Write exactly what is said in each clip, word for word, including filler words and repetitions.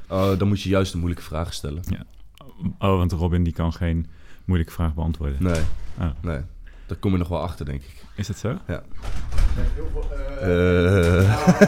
Oh, dan moet je juist de moeilijke vragen stellen. Ja. Oh, want Robin die kan geen moeilijke vraag beantwoorden. Nee, Oh. nee. Daar kom je nog wel achter, denk ik. Is dat zo? Ja. Heel veel, uh,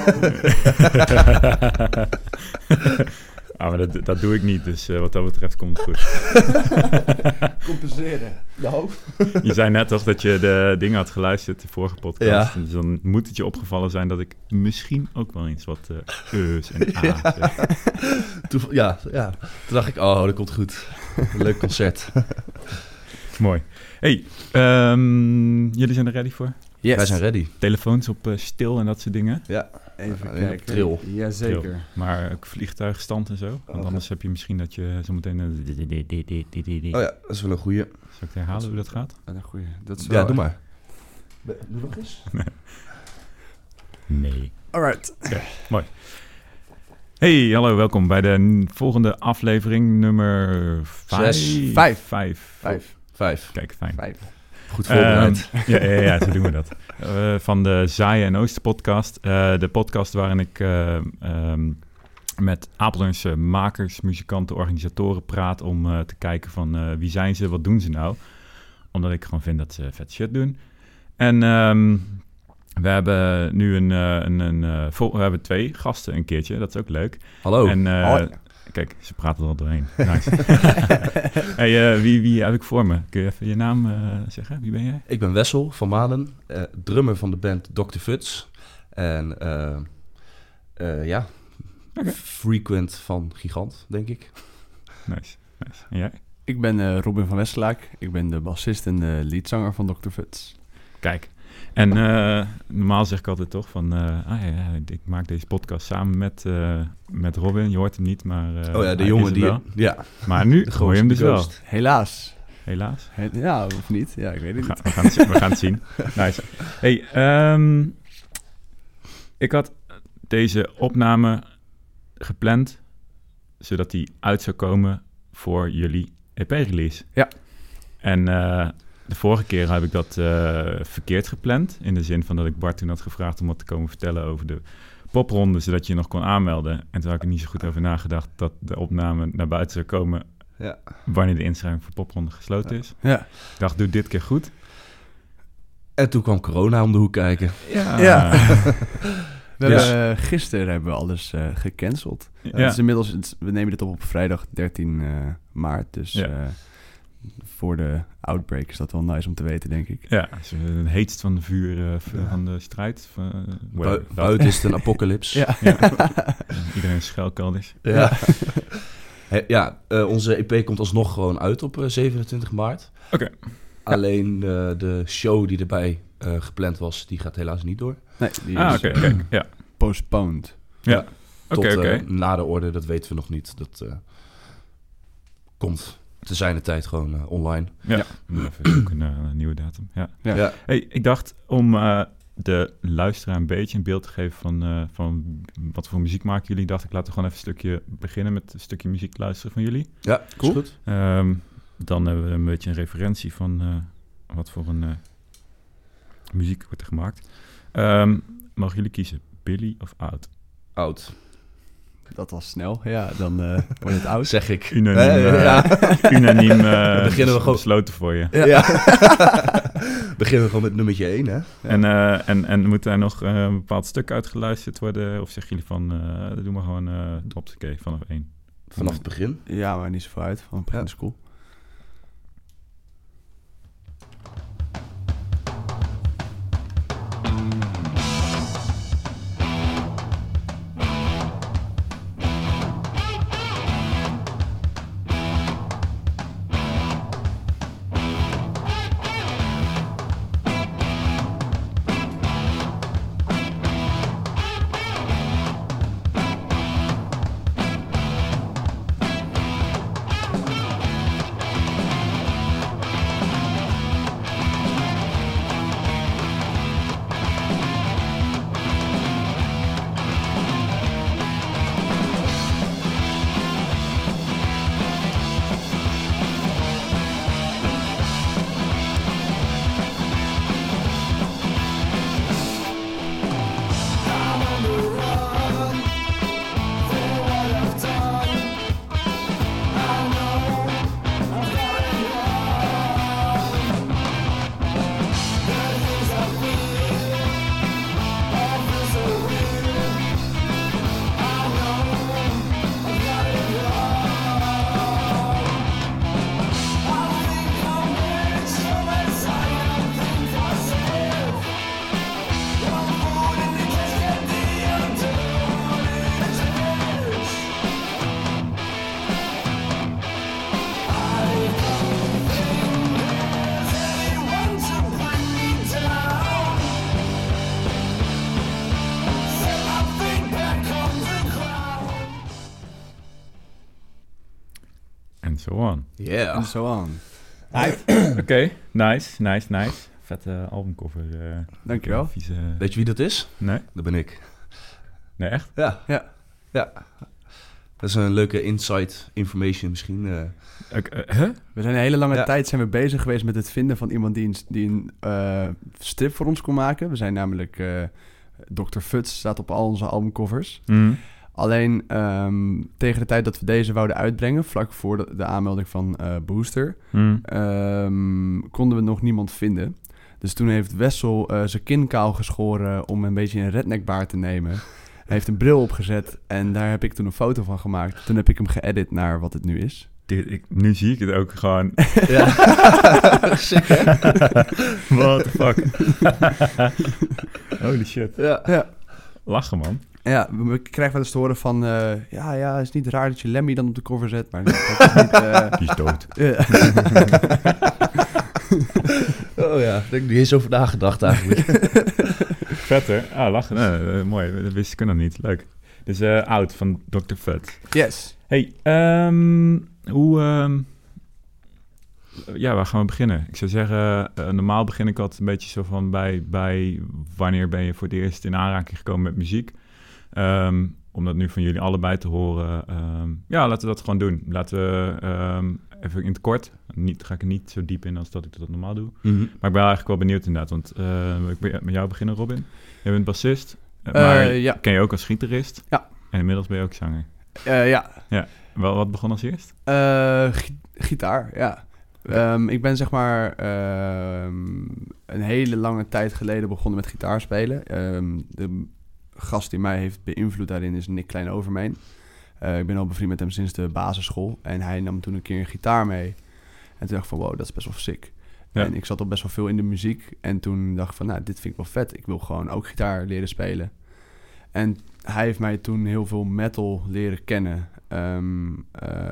Uh, Ah, maar dat, dat doe ik niet, dus uh, wat dat betreft komt het goed. compenseren. Nou. Je zei net toch dat je de dingen had geluisterd, de vorige podcast. Ja. Dus dan moet het je opgevallen zijn dat ik misschien ook wel eens wat uh, eus en a's zeg. Toen, ja, ja, toen dacht ik, oh, dat komt goed. Een leuk concert. Mooi. Hey, um, jullie zijn er ready voor? Yes. Wij zijn ready. Telefoons op uh, stil en dat soort dingen? Ja. Even Alleen op kijken. tril. Jazeker. Tril. Maar ook vliegtuigstand en zo? Want Okay. anders heb je misschien dat je zometeen... Uh, Oh ja, dat is wel een goeie. Zal ik het herhalen hoe dat gaat? Oh, een goeie. Dat is Ja, wel- doe maar. Doe nog eens. Nee. Alright. Okay, mooi. Hey, hallo, welkom bij de n- volgende aflevering nummer vijf. Zes. Vijf. Vijf. Vijf. Vijf. Kijk, fijn. Vijf. Goed voorbereid. Um, ja, ja, ja, zo doen we dat. Uh, van de Zaaien en Oosten podcast. Uh, de podcast waarin ik uh, um, met Apeldoornse makers, muzikanten, organisatoren praat om uh, te kijken van uh, wie zijn ze, wat doen ze nou. Omdat ik gewoon vind dat ze vet shit doen. En um, we hebben nu een, uh, een, een uh, vol- we hebben twee gasten een keertje, dat is ook leuk. Hallo. En uh, Hoi. kijk, ze praten er al doorheen. Nice. Hey, uh, wie, wie heb ik voor me? Kun je even je naam uh, zeggen? Wie ben jij? Ik ben Wessel van Malen, uh, drummer van de band dokter Futs. En uh, uh, ja, Oké. frequent van Gigant, denk ik. Nice, nice. En jij? Ik ben uh, Robin van Westerlaak. Ik ben de bassist en de leadzanger van dokter Futs. Kijk. En uh, normaal zeg ik altijd toch van... Uh, ah, ja, ja, ik maak deze podcast samen met, uh, met Robin. Je hoort hem niet, maar... Uh, Oh ja, de hij jongen is er die... wel. Ja, Maar nu de hoor je hem dus de wel. ghost. Helaas. Helaas. He- ja, of niet? Ja, ik weet We het gaan, niet. we gaan, het, zien- we gaan het zien. Nice. Hey, um, ik had deze opname gepland... zodat die uit zou komen voor jullie E P-release. Ja. En uh, de vorige keer heb ik dat uh, verkeerd gepland. In de zin van dat ik Bart toen had gevraagd om wat te komen vertellen over de popronde, zodat je je nog kon aanmelden. En toen had ik er niet zo goed over nagedacht dat de opname naar buiten zou komen Ja. wanneer de inschrijving voor popronde gesloten is. Ja. Ik dacht, doe dit keer goed. En toen kwam corona om de hoek kijken. Ja. Ja. We Dus- hebben, uh, gisteren hebben we alles uh, gecanceld. Uh, Ja. Het is inmiddels, het is- we nemen dit op op vrijdag dertien uh, maart. Dus Ja. uh, voor de outbreak is dat wel nice om te weten, denk ik. Ja, het is het heetst van de vuur uh, v- Ja. van de strijd. Van, uh, well, Bui- dat- buiten is het een apocalyps. Ja. Ja. Iedereen schuilkelders. Ja, He- ja uh, onze E P komt alsnog gewoon uit op uh, zevenentwintig maart. Oké. Alleen uh, de show die erbij uh, gepland was, die gaat helaas niet door. Nee, die Ah, is oké, kijk. Ja. postponed. Ja. Tot Oké, oké. uh, na de orde, dat weten we nog niet. Dat uh, komt te zijner tijd gewoon uh, online. Ja. ja. Even zoeken naar een nieuwe datum. Ja. Ja. Ja. Hey, ik dacht om uh, de luisteraar een beetje een beeld te geven van, uh, van wat voor muziek maken jullie. Dacht ik, laten we gewoon even een stukje beginnen met een stukje muziek luisteren van jullie. Ja, Cool. is goed. Um, dan hebben we een beetje een referentie van uh, wat voor een uh, muziek wordt er gemaakt. Um, mogen jullie kiezen, Billy of Oud? Oud, Dat was snel. Ja, dan uh, wordt het oud. zeg ik. Unaniem, Eh, uh, ja. unaniem uh, Beginnen we gewoon- besloten voor je. Ja. Ja. Beginnen we gewoon met nummertje één, hè? Ja. En, uh, en, en moet daar nog uh, een bepaald stuk uitgeluisterd worden? Of zeggen jullie van, uh, doe maar gewoon uh, hoppakee, vanaf één? Vanaf het begin. Ja, maar niet zoveel uit. Van begin Ja. is cool. En zo on. Yeah. En zo aan. Oké, okay. nice, nice, nice. Vette albumcover. Uh, Dankjewel. Vieze... Weet je wie dat is? Nee. Dat ben ik. Nee, echt? Ja. Ja. Ja. Dat is een leuke inside information misschien. Uh. Okay, uh, huh? We zijn een hele lange ja. tijd zijn we bezig geweest met het vinden van iemand die een, die een uh, strip voor ons kon maken. We zijn namelijk... Uh, dokter Futs staat op al onze albumcovers. Mm. Alleen um, tegen de tijd dat we deze wouden uitbrengen, vlak voor de, de aanmelding van uh, Booster, Mm. um, konden we nog niemand vinden. Dus toen heeft Wessel uh, zijn kin kaal geschoren om een beetje een redneckbaard te nemen. Hij heeft een bril opgezet en daar heb ik toen een foto van gemaakt. Toen heb ik hem geëdit naar wat het nu is. Dit, ik, nu zie ik het ook gewoon. Ja. Sick, hè? What the fuck? Holy shit. Ja. Ja. Lachen, man. Ja, we krijgen wel eens te horen van... Uh, ja, ja, het is niet raar dat je Lemmy dan op de cover zet, maar dat is niet... Uh... Die is dood. Ja. Oh ja, ik heb niet eens over nagedacht eigenlijk. Vet, hè? Ah, lachen. Nee, uh, mooi, dat wist ik nog niet. Leuk. Dus uh, Oud van dokter Fut. Yes. Hey, um, hoe... Um, ja, waar gaan we beginnen? Ik zou zeggen, uh, normaal begin ik altijd een beetje zo van bij, bij wanneer ben je voor het eerst in aanraking gekomen met muziek. Um, om dat nu van jullie allebei te horen. Um, ja, laten we dat gewoon doen. Laten we um, even in het kort. Niet, ga ik er niet zo diep in als dat ik dat normaal doe. Mm-hmm. Maar ik ben eigenlijk wel benieuwd inderdaad. Want uh, ik ben met jou beginnen, Robin. Je bent bassist. Uh, maar Uh, ja. ken je ook als gitarist. Ja. En inmiddels ben je ook zanger. Uh, ja. Ja. Wel, wat begon als eerst? Uh, gi- gitaar, ja. Um, ik ben zeg maar um, een hele lange tijd geleden begonnen met gitaar spelen. Um, de gast die mij heeft beïnvloed daarin is Nick Klein-Overmeen. Uh, ik ben al bevriend met hem sinds de basisschool. En hij nam toen een keer een gitaar mee. En toen dacht ik van, wow, dat is best wel sick. Ja. En ik zat al best wel veel in de muziek. En toen dacht ik van, nou, dit vind ik wel vet. Ik wil gewoon ook gitaar leren spelen. En hij heeft mij toen heel veel metal leren kennen. Um, uh,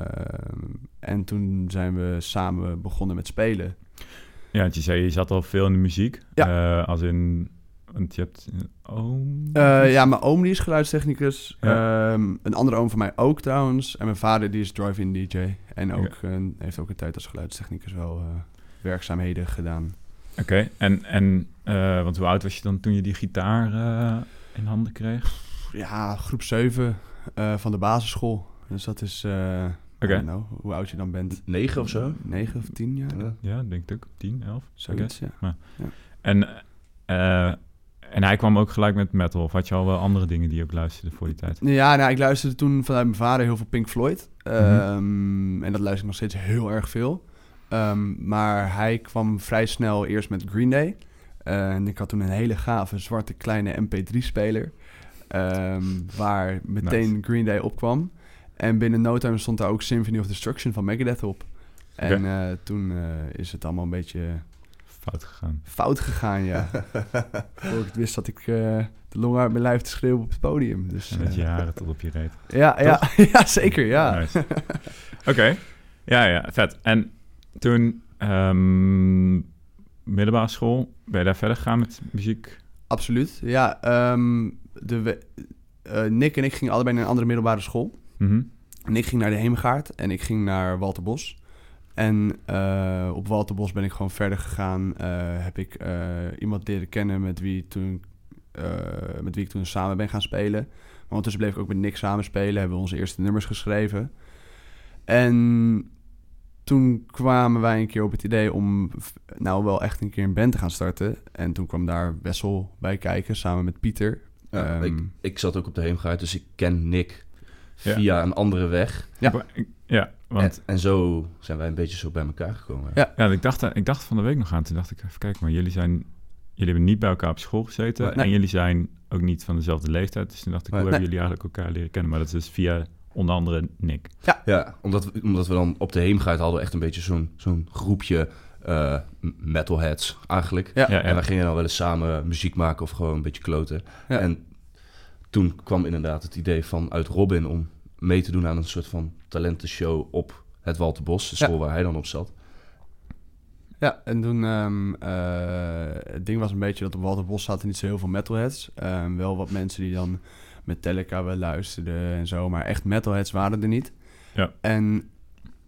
en toen zijn we samen begonnen met spelen. Ja, want je zei, je zat al veel in de muziek. Ja. Uh, als in... Want je hebt een oom? Uh, ja, mijn oom die is geluidstechnicus. Ja. Um, een andere oom van mij ook trouwens. En mijn vader die is drive-in D J. En ook, Okay. uh, heeft ook een tijd als geluidstechnicus wel uh, werkzaamheden gedaan. Oké, okay. en, en uh, want hoe oud was je dan toen je die gitaar uh, in handen kreeg? Ja, groep zeven uh, van de basisschool. Dus dat is, uh, okay. I don't know, hoe oud je dan bent. Negen of zo? Negen of tien jaar? Ja, ja denk ik ook. Tien, elf? Zoiets, ja. Maar, ja. En, uh, en hij kwam ook gelijk met metal? Of had je al wel andere dingen die je ook luisterde voor die tijd? Ja, nou, ik luisterde toen vanuit mijn vader heel veel Pink Floyd. Mm-hmm. Um, en dat luister ik nog steeds heel erg veel. Um, maar hij kwam vrij snel eerst met Green Day. Uh, en ik had toen een hele gave zwarte kleine M P drie speler. Um, waar meteen nice. Green Day opkwam. En binnen no time stond daar ook Symphony of Destruction van Megadeth op. En okay. uh, toen uh, is het allemaal een beetje... Fout gegaan. Fout gegaan, ja. Voor ik het wist dat ik uh, de long uit mijn lijf te schreeuwen op het podium. Dus, en met je uh, haren tot op je reet. Ja, ja, ja, zeker, ja. Nice. Oké, okay. ja, ja, vet. En toen, um, middelbare school, ben je daar verder gegaan met muziek? Absoluut, ja. Um, de, uh, Nick en ik gingen allebei naar een andere middelbare school. Mm-hmm. Nick ging naar de Heemgaard en ik ging naar Walter Bos. En uh, op Walter Bos ben ik gewoon verder gegaan. Uh, heb ik uh, iemand leren kennen met wie, toen, uh, met wie ik toen samen ben gaan spelen. Maar ondertussen bleef ik ook met Nick samen spelen. Hebben we onze eerste nummers geschreven. En toen kwamen wij een keer op het idee om nou wel echt een keer een band te gaan starten. En toen kwam daar Wessel bij kijken, samen met Pieter. Ja, um, ik, ik zat ook op de Heemgaard, dus ik ken Nick ja. via een andere weg. Ja, ja want... En, en zo zijn wij een beetje zo bij elkaar gekomen. Ja, ja ik, dacht, ik dacht van de week nog aan. Toen dacht ik, even kijken, maar jullie zijn... Jullie hebben niet bij elkaar op school gezeten. Nee. En jullie zijn ook niet van dezelfde leeftijd. Dus toen dacht ik, hoe nee. hebben jullie eigenlijk elkaar leren kennen? Maar dat is dus via onder andere Nick. Ja, ja omdat, we, omdat we dan op de Heemgaard hadden we echt een beetje zo'n, zo'n groepje uh, metalheads eigenlijk. Ja. Ja, en ja. we gingen dan wel eens samen muziek maken of gewoon een beetje kloten. Ja. En toen kwam inderdaad het idee van uit Robin om mee te doen aan een soort van talentenshow op het Walter Bos, de school ja. waar hij dan op zat. Ja, en toen... Um, uh, het ding was een beetje dat op Walter Bos zaten niet zo heel veel metalheads. Um, wel wat mensen die dan Metallica wel luisterden en zo. Maar echt metalheads waren er niet. Ja. En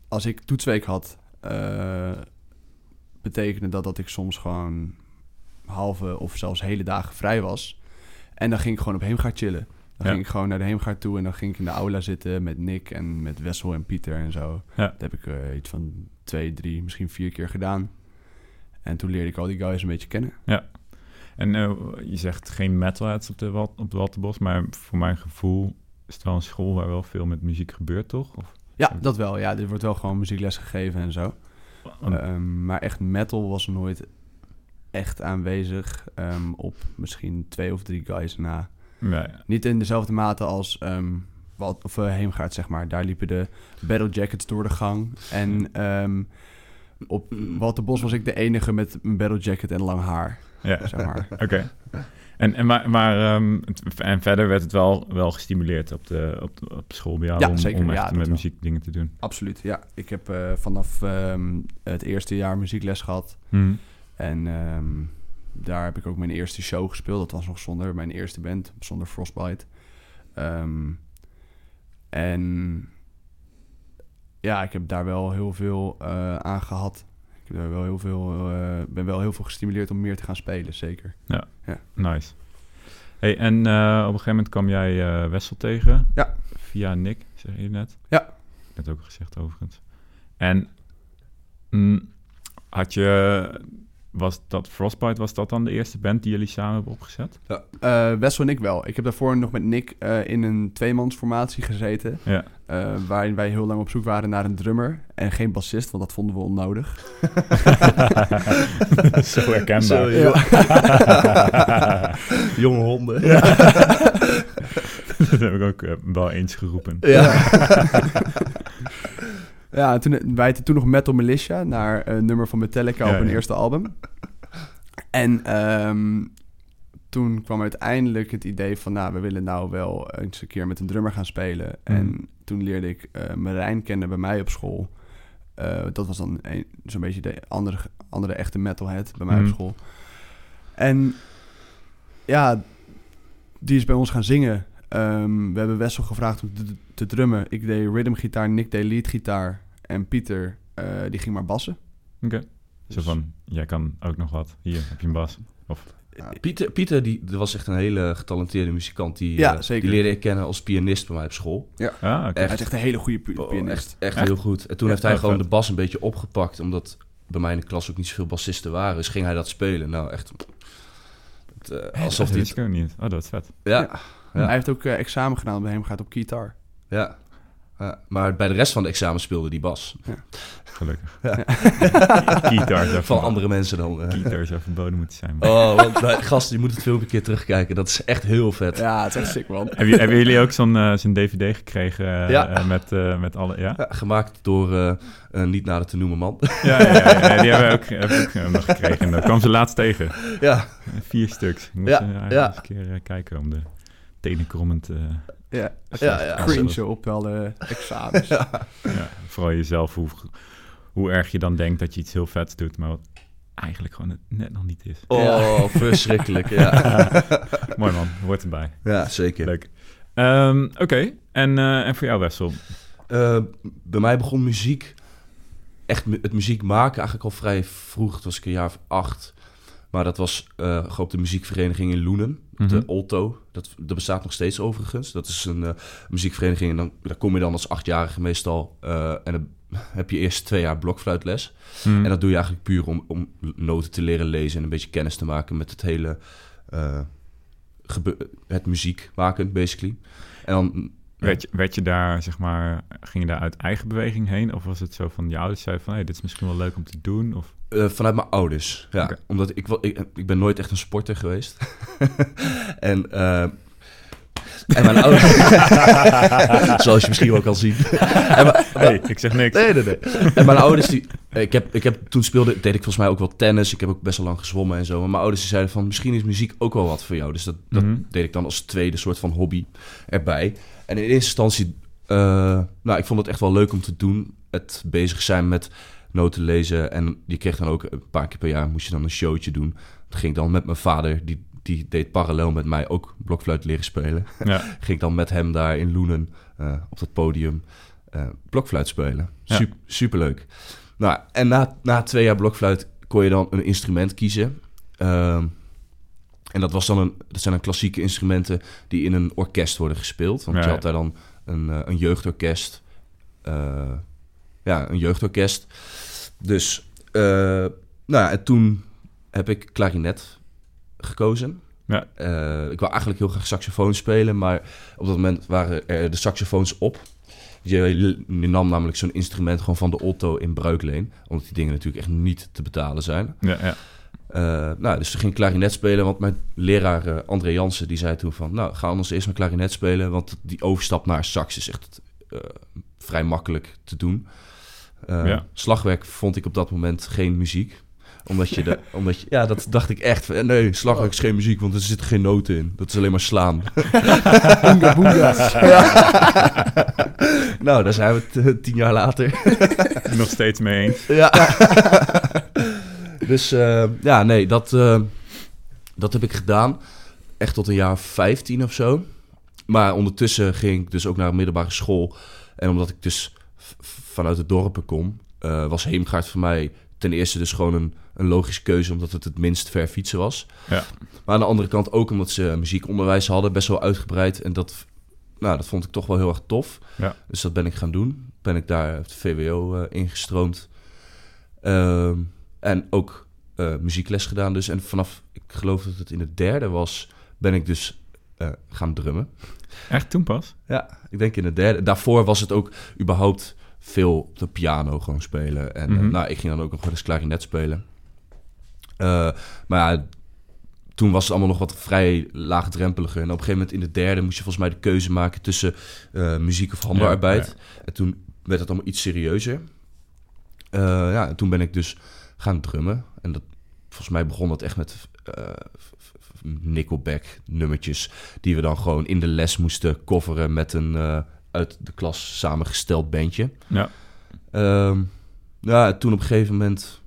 als ik toetsweek had, uh, betekende dat dat ik soms gewoon halve of zelfs hele dagen vrij was. En dan ging ik gewoon op Heemgaard chillen. Dan ja. ging ik gewoon naar de Heemgaard toe en dan ging ik in de aula zitten met Nick en met Wessel en Pieter en zo. Ja. Dat heb ik uh, iets van twee, drie, misschien vier keer gedaan. En toen leerde ik al die guys een beetje kennen. Ja. En uh, je zegt geen metalheads op de, Wal- op de Walterbos, maar voor mijn gevoel is het wel een school waar wel veel met muziek gebeurt, toch? Of... Ja, dat wel. Ja, er wordt wel gewoon muziekles gegeven en zo. Um, Um, maar echt metal was nooit echt aanwezig um, op misschien twee of drie guys na. ja, ja. Niet in dezelfde mate als um, wat, of, uh, Heemgaard, zeg maar. Daar liepen de battle jackets door de gang. En um, op Walterbos was ik de enige met een battle jacket en lang haar. Ja, zeg maar. Oké. Okay. En, en, maar, maar, um, en verder werd het wel, wel gestimuleerd op, de, op, de, op school bij jou ja, om, zeker. om echt Ja, met wel. muziek dingen te doen? Absoluut, ja. Ik heb uh, vanaf um, het eerste jaar muziekles gehad. Hmm. En um, daar heb ik ook mijn eerste show gespeeld. Dat was nog zonder mijn eerste band, zonder Frostbite. Um, en ja, ik heb daar wel heel veel uh, aan gehad. Ik heb daar wel heel veel, uh, ben wel heel veel gestimuleerd om meer te gaan spelen, zeker. Ja, ja. Nice. Hey, en uh, op een gegeven moment kwam jij uh, Wessel tegen. Ja. Via Nick, zeg je net. Ja. Ik heb het ook al gezegd overigens. En mm, had je... Was dat Frostbite, was dat dan de eerste band die jullie samen hebben opgezet? Ja. Uh, Wessel en ik wel. Ik heb daarvoor nog met Nick uh, in een tweemansformatie gezeten. Ja. Uh, waarin wij heel lang op zoek waren naar een drummer en geen bassist, want dat vonden we onnodig. Zo herkenbaar. Zo, ja. Jonge honden. Ja. Dat heb ik ook uh, wel eens geroepen. Ja. Ja, en toen, wij heetten toen nog Metal Militia, naar een nummer van Metallica ja, op hun ja. eerste album. En um, toen kwam uiteindelijk het idee van, nou, we willen nou wel eens een keer met een drummer gaan spelen. Mm. En toen leerde ik uh, Marijn kennen bij mij op school. Uh, dat was dan een, zo'n beetje de andere, andere echte metalhead bij mij mm. op school. En ja, die is bij ons gaan zingen. Um, we hebben Wessel gevraagd om te, te drummen. Ik deed rhythmgitaar, Nick deed leadgitaar. En Pieter, uh, die ging maar bassen. Oké. Okay. Dus... Zo van, jij kan ook nog wat. Hier, heb je een bas. Of... Ja, Pieter, Pieter die, die was echt een hele getalenteerde muzikant. Die, ja, uh, zeker. Die leerde ik kennen als pianist bij mij op school. Ja, ah, okay. Echt, hij is echt een hele goede pi- pianist. Oh, echt, echt, echt heel goed. En toen ja, heeft hij gewoon vet. de bas een beetje opgepakt. Omdat bij mij in de klas ook niet zoveel bassisten waren. Dus ging hij dat spelen. Nou, echt... Het, uh, hey, alsof dat hij... wist ik ook niet. Oh, dat is vet. Ja. ja. ja. Hij heeft ook uh, examen gedaan bij hem, gaat op gitaar. Ja. Ja. Maar bij de rest van de examen speelde die bas. Ja. Gelukkig. Ja. Guitar van andere mensen dan. Uh. Guitar zou verboden moeten zijn. Man. Oh, want nou, gast, je moet het filmpje een keer terugkijken. Dat is echt heel vet. Ja, het is echt sick, man. Heb je, hebben jullie ook zo'n, uh, zo'n D V D gekregen uh, ja. uh, met, uh, met alle... Ja? Ja, gemaakt door uh, een niet nader te noemen man. Ja, ja, ja, ja, die hebben we ook, hebben we ook uh, nog gekregen. En daar kwam ze laatst tegen. Ja. Vier stuks. Ik moest ja, uh, eigenlijk ja. eens een keer uh, kijken om de tenenkrommend... Uh, ja, ja, ja, cringe op wel de examens. Ja. Ja, vooral jezelf, hoe, hoe erg je dan denkt dat je iets heel vets doet, maar wat eigenlijk gewoon net nog niet is. Oh, ja. Verschrikkelijk, ja. Mooi man, hoort erbij. Ja, zeker. Leuk. Um, Oké, okay. en, uh, en voor jou Wessel? Uh, bij mij begon muziek, echt mu- het muziek maken eigenlijk al vrij vroeg. Het was ik een jaar of acht. Maar dat was uh, op de muziekvereniging in Loenen, mm-hmm. de Olto. Dat, dat bestaat nog steeds overigens. Dat is een uh, muziekvereniging en dan, daar kom je dan als achtjarige meestal. Uh, en dan heb je eerst twee jaar blokfluitles. Mm. En dat doe je eigenlijk puur om, om noten te leren lezen en een beetje kennis te maken met het hele... Uh, gebe- het muziek maken, basically. En dan... Werd je, werd je daar, zeg maar, ging je daar uit eigen beweging heen? Of was het zo van, je ouders zeiden van, hey, dit is misschien wel leuk om te doen? Of... Uh, vanuit mijn ouders, ja. Okay. Omdat ik, ik, ik ben nooit echt een sporter geweest. en, uh, en mijn ouders... Zoals je misschien wel kan zien. en mijn, hey, ik zeg niks. Nee, nee, nee. En mijn ouders, die, ik heb, ik heb toen speelde, deed ik volgens mij ook wel tennis. Ik heb ook best wel lang gezwommen en zo. Maar mijn ouders die zeiden van, misschien is muziek ook wel wat voor jou. Dus dat, dat mm-hmm. deed ik dan als tweede soort van hobby erbij. En in eerste instantie, uh, nou, ik vond het echt wel leuk om te doen. Het bezig zijn met noten lezen. En je kreeg dan ook een paar keer per jaar, moest je dan een showtje doen. Dat ging ik dan met mijn vader, die, die deed parallel met mij ook blokfluit leren spelen. Ja. Ging ik dan met hem daar in Loenen uh, op dat podium. uh, blokfluit spelen. Ja. Super, superleuk. Nou, en na, na twee jaar blokfluit kon je dan een instrument kiezen. Um, en dat, was dan een, dat zijn dan klassieke instrumenten die in een orkest worden gespeeld. Want ja, je had ja. daar dan een, uh, een jeugdorkest. Uh, ja, een jeugdorkest. Dus, uh, nou, en toen heb ik klarinet gekozen. Ja. Uh, ik wou eigenlijk heel graag saxofoon spelen, maar op dat moment waren er de saxofoons op. Je, je nam namelijk zo'n instrument gewoon van de Otto in bruikleen, omdat die dingen natuurlijk echt niet te betalen zijn. Ja, ja. Uh, nou, dus toen ging ik klarinet spelen, want mijn leraar uh, André Jansen, die zei toen van, nou, ga anders eerst maar klarinet spelen, want die overstap naar sax is echt uh, vrij makkelijk te doen. Uh, ja. Slagwerk vond ik op dat moment geen muziek. Omdat je, de, omdat je... Ja, dat dacht ik echt. Nee, slagwerk is geen muziek, want er zitten geen noten in. Dat is alleen maar slaan. Boonga, boonga. Ja. Nou, daar zijn we t- tien jaar later. Nog steeds mee eens. Ja. Dus uh, ja, nee, dat, uh, dat heb ik gedaan. Echt tot een jaar vijftien of zo. Maar ondertussen ging ik dus ook naar een middelbare school. En omdat ik dus v- vanuit de dorpen kom, uh, was Heemgaard voor mij ten eerste dus gewoon een, een logische keuze, omdat het het minst ver fietsen was. Ja. Maar aan de andere kant ook omdat ze muziekonderwijs hadden, best wel uitgebreid. En dat, nou, dat vond ik toch wel heel erg tof. Ja. Dus dat ben ik gaan doen. Ben ik daar op de V W O uh, ingestroomd. Uh, en ook uh, muziekles gedaan dus. En vanaf, ik geloof dat het in de derde was, ben ik dus uh, gaan drummen. Echt toen pas? Ja, ik denk in de derde. Daarvoor was het ook überhaupt veel op de piano gewoon spelen. En Mm-hmm. uh, nou, ik ging dan ook nog wel eens klarinet spelen. Uh, maar ja, toen was het allemaal nog wat vrij laagdrempeliger. En op een gegeven moment in de derde moest je volgens mij de keuze maken tussen uh, muziek of handenarbeid. Ja, ja. En toen werd het allemaal iets serieuzer. Uh, ja, en toen ben ik dus gaan drummen. En dat, volgens mij begon dat echt met uh, Nickelback nummertjes die we dan gewoon in de les moesten coveren met een uh, uit de klas samengesteld bandje. Ja. Um, ja, toen op een gegeven moment,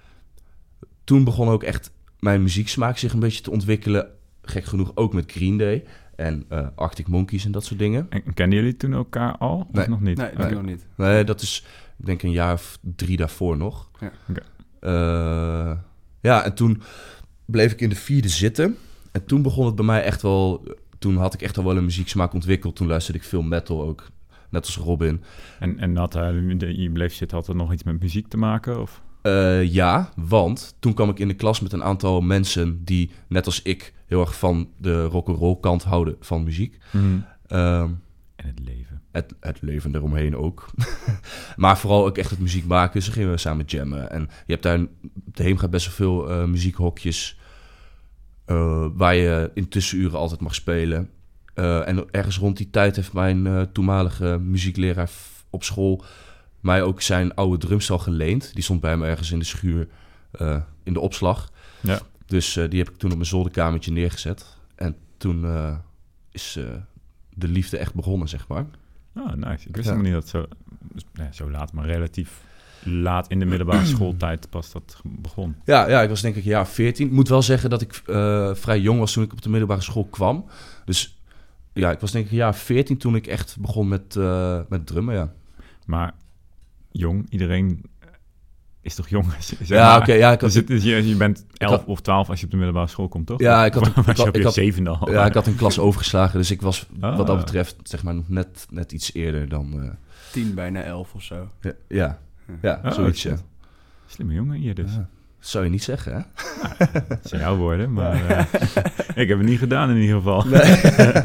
toen begon ook echt mijn muzieksmaak zich een beetje te ontwikkelen. Gek genoeg ook met Green Day en uh, Arctic Monkeys en dat soort dingen. En kenden jullie toen elkaar al? Nee. Of nog niet? Nee, dat Nee. nog niet. Nee, dat is, ik denk een jaar of drie daarvoor nog. Ja. Okay. Uh, ja, en toen bleef ik in de vierde zitten. En toen begon het bij mij echt wel, toen had ik echt al wel een muzieksmaak ontwikkeld. Toen luisterde ik veel metal ook, net als Robin. En, en had uh, de, je bleef zitten, had het nog iets met muziek te maken? Of? Uh, ja, want toen kwam ik in de klas met een aantal mensen die, net als ik, heel erg van de rock'n'roll kant houden van muziek. Mm. Um, en het leven. Het, het leven eromheen ook. Maar vooral ook echt het muziek maken. Dus dan gingen we samen jammen. En je hebt daar, op de Heemgaard best wel veel uh, muziekhokjes uh, waar je in tussenuren altijd mag spelen. Uh, en ergens rond die tijd heeft mijn uh, toenmalige muziekleraar f- op school mij ook zijn oude drumstel geleend. Die stond bij me ergens in de schuur uh, in de opslag. Ja. Dus uh, die heb ik toen op mijn zolderkamertje neergezet. En toen uh, is uh, de liefde echt begonnen, zeg maar. Oh, nice. Ik wist Ja. helemaal niet dat het zo, nee, zo laat, maar relatief laat in de middelbare schooltijd pas dat begon. Ja, ja, ik was denk ik een jaar veertien. Ik moet wel zeggen dat ik uh, vrij jong was toen ik op de middelbare school kwam. Dus ja, ik was denk ik een jaar veertien toen ik echt begon met, uh, met drummen, ja. Maar jong, iedereen is toch jong? Zeg Ja, maar. oké, okay, ja, ik had... Dus het, dus je, je bent elf had, of twaalf als je op de middelbare school komt, toch? Ja, ik had... Of was je op ik je had, zevende al? Ja, ik had een klas overgeslagen, dus ik was Ah. wat dat betreft zeg maar nog net, net iets eerder dan... Uh, Tien, bijna elf of zo. Ja, ja, ja Oh, zoiets, ja. Slimme jongen hier dus. Ja. Dat zou je niet zeggen, hè? Nou, dat zijn jouw woorden, maar uh, ik heb het niet gedaan in ieder geval. Nee.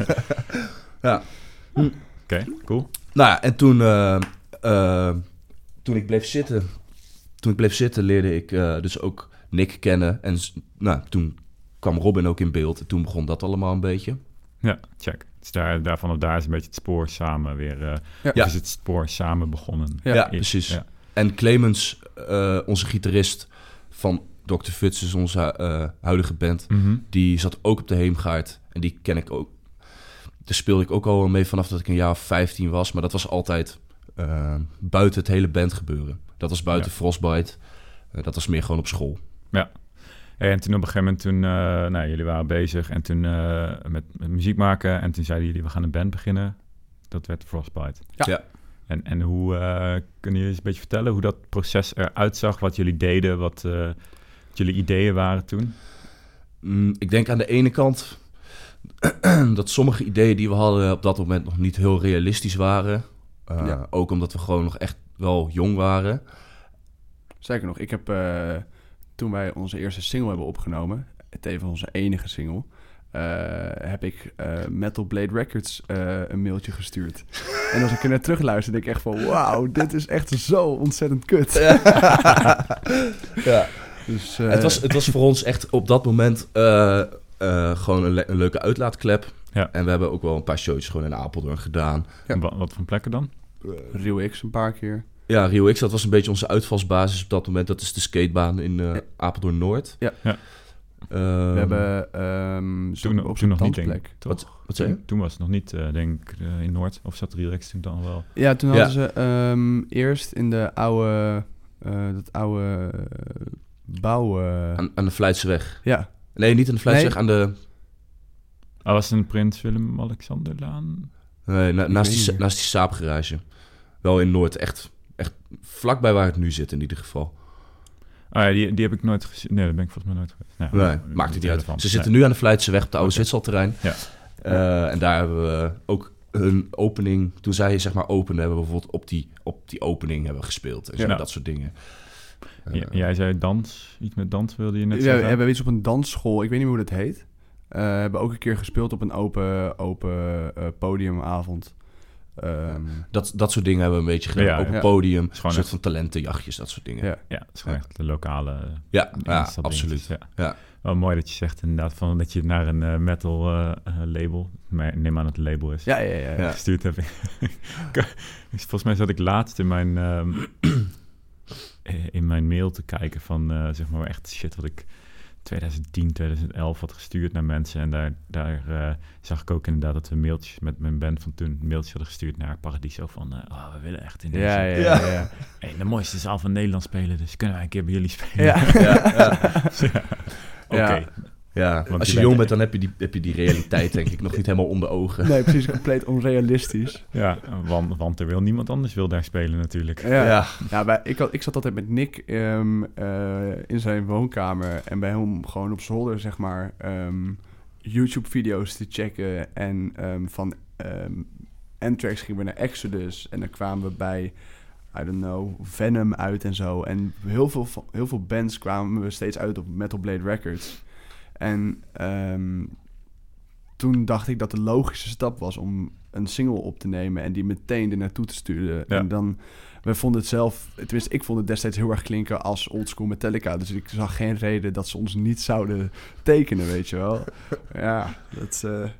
Ja. Oké, okay, cool. Nou ja, en toen, uh, uh, toen ik bleef zitten, toen ik bleef zitten leerde ik uh, dus ook Nick kennen. En nou, toen kwam Robin ook in beeld. En toen begon dat allemaal een beetje. Ja, check. Dus daar, daar vanaf daar is een beetje het spoor samen weer... Uh, ja. Of is het spoor samen begonnen? Ja, ja precies. Ja. En Clemens, uh, onze gitarist van dokter Futs, is onze uh, huidige band, mm-hmm. die zat ook op de Heemgaard. En die ken ik ook. Daar speelde ik ook al mee vanaf dat ik een jaar of vijftien was. Maar dat was altijd uh, buiten het hele band gebeuren. Dat was buiten ja. Frostbite. Uh, dat was meer gewoon op school. Ja. En toen op een gegeven moment, toen, uh, nou, jullie waren bezig en toen uh, met, met muziek maken. En toen zeiden jullie, we gaan een band beginnen. Dat werd Frostbite. Ja. ja. En, en hoe, uh, kunnen jullie eens een beetje vertellen hoe dat proces eruit zag? Wat jullie deden, wat, uh, wat jullie ideeën waren toen? Mm, ik denk aan de ene kant dat sommige ideeën die we hadden op dat moment nog niet heel realistisch waren. Uh, ja. Ook omdat we gewoon nog echt wel jong waren. Zeker nog, ik heb uh, toen wij onze eerste single hebben opgenomen, tevens onze enige single, uh, heb ik uh, Metal Blade Records uh, een mailtje gestuurd. En als ik er naar terugluister, denk ik echt van, wauw, dit is echt zo ontzettend kut. Ja. Dus, uh, het, was, het was voor ons echt op dat moment uh, uh, gewoon een, le- een leuke uitlaatklep. Ja. En we hebben ook wel een paar showtjes gewoon in Apeldoorn gedaan. Ja. Wat, wat voor plekken dan? Uh, Rio X een paar keer. Ja, Rio X, dat was een beetje onze uitvalsbasis op dat moment. Dat is de skatebaan in uh, ja. Apeldoorn Noord. Ja. ja. Um, we hebben um, toen, op zo'n dansplek. Wat, wat zei je? Toen, toen was het nog niet, uh, denk ik, uh, in Noord. Of zat Rio X toen dan wel? Ja, toen hadden ja. ze um, eerst in de oude, uh, dat oude uh, bouw... Uh... Aan, aan de Vlijtseweg. Ja. Nee, niet aan de Vlijtseweg, nee. aan de... Oh, was het een Prins Willem-Alexanderlaan? Nee, na, naast, die, naast die Saab-garage. Wel in Noord, echt, echt vlakbij waar het nu zit in ieder geval. Oh ja, die, die heb ik nooit gezien. Nee, dat ben ik volgens mij nooit geweest. Nee, nee maakt het niet uit. Van. Ze zitten nee. nu aan de Vlijtseweg op de oude okay. Zwitserterrein. Ja. Uh, en daar hebben we ook hun opening... Toen zij zeg maar openden, hebben we bijvoorbeeld op die, op die opening hebben we gespeeld. En zo, ja. dat soort dingen. Uh, ja, jij zei dans, iets met dans wilde je net ja, zeggen? We hebben iets op een dansschool, ik weet niet meer hoe dat heet. We uh, hebben ook een keer gespeeld op een open, open uh, podiumavond. Um, dat, dat soort dingen hebben we een beetje gedaan. Ja, open ja. podium, een soort echt... van talentenjachtjes, dat soort dingen. Ja, ja het is gewoon ja. echt de lokale... Ja, ja absoluut. Ja. Ja. Wel mooi dat je zegt inderdaad van dat je naar een uh, metal uh, label, maar neem aan dat het label is, ja, ja, ja, ja. gestuurd hebt. Volgens mij zat ik laatst in mijn, um, in mijn mail te kijken van uh, zeg maar echt shit wat ik twintig tien, twintig elf had gestuurd naar mensen. En daar, daar uh, zag ik ook inderdaad dat we mailtjes met mijn band van toen mailtjes hadden gestuurd naar Paradiso van uh, oh, we willen echt in deze... Ja, ja, ja. ja. Hey, de mooiste zaal van Nederland spelen, dus kunnen wij een keer bij jullie spelen? Ja. ja, ja. ja. Oké. Okay. Ja, want als je, je jong bent, dan heb je, die, heb je die realiteit denk ik nog niet helemaal onder ogen. Nee, precies, compleet onrealistisch. Ja, want, want er wil niemand anders wil daar spelen natuurlijk. Ja, ja. ja bij, ik, had, ik zat altijd met Nick um, uh, in zijn woonkamer en bij hem gewoon op zolder, zeg maar, um, YouTube-video's te checken. En um, van um, Anthrax gingen we naar Exodus en dan kwamen we bij... I don't know, Venom uit en zo. En heel veel, heel veel bands kwamen we steeds uit op Metal Blade Records. En um, toen dacht ik dat de logische stap was om een single op te nemen en die meteen er naartoe te sturen. Ja. En dan, we vonden het zelf, tenminste ik vond het destijds heel erg klinken als oldschool Metallica. Dus ik zag geen reden dat ze ons niet zouden tekenen, weet je wel. Ja, dat is uh,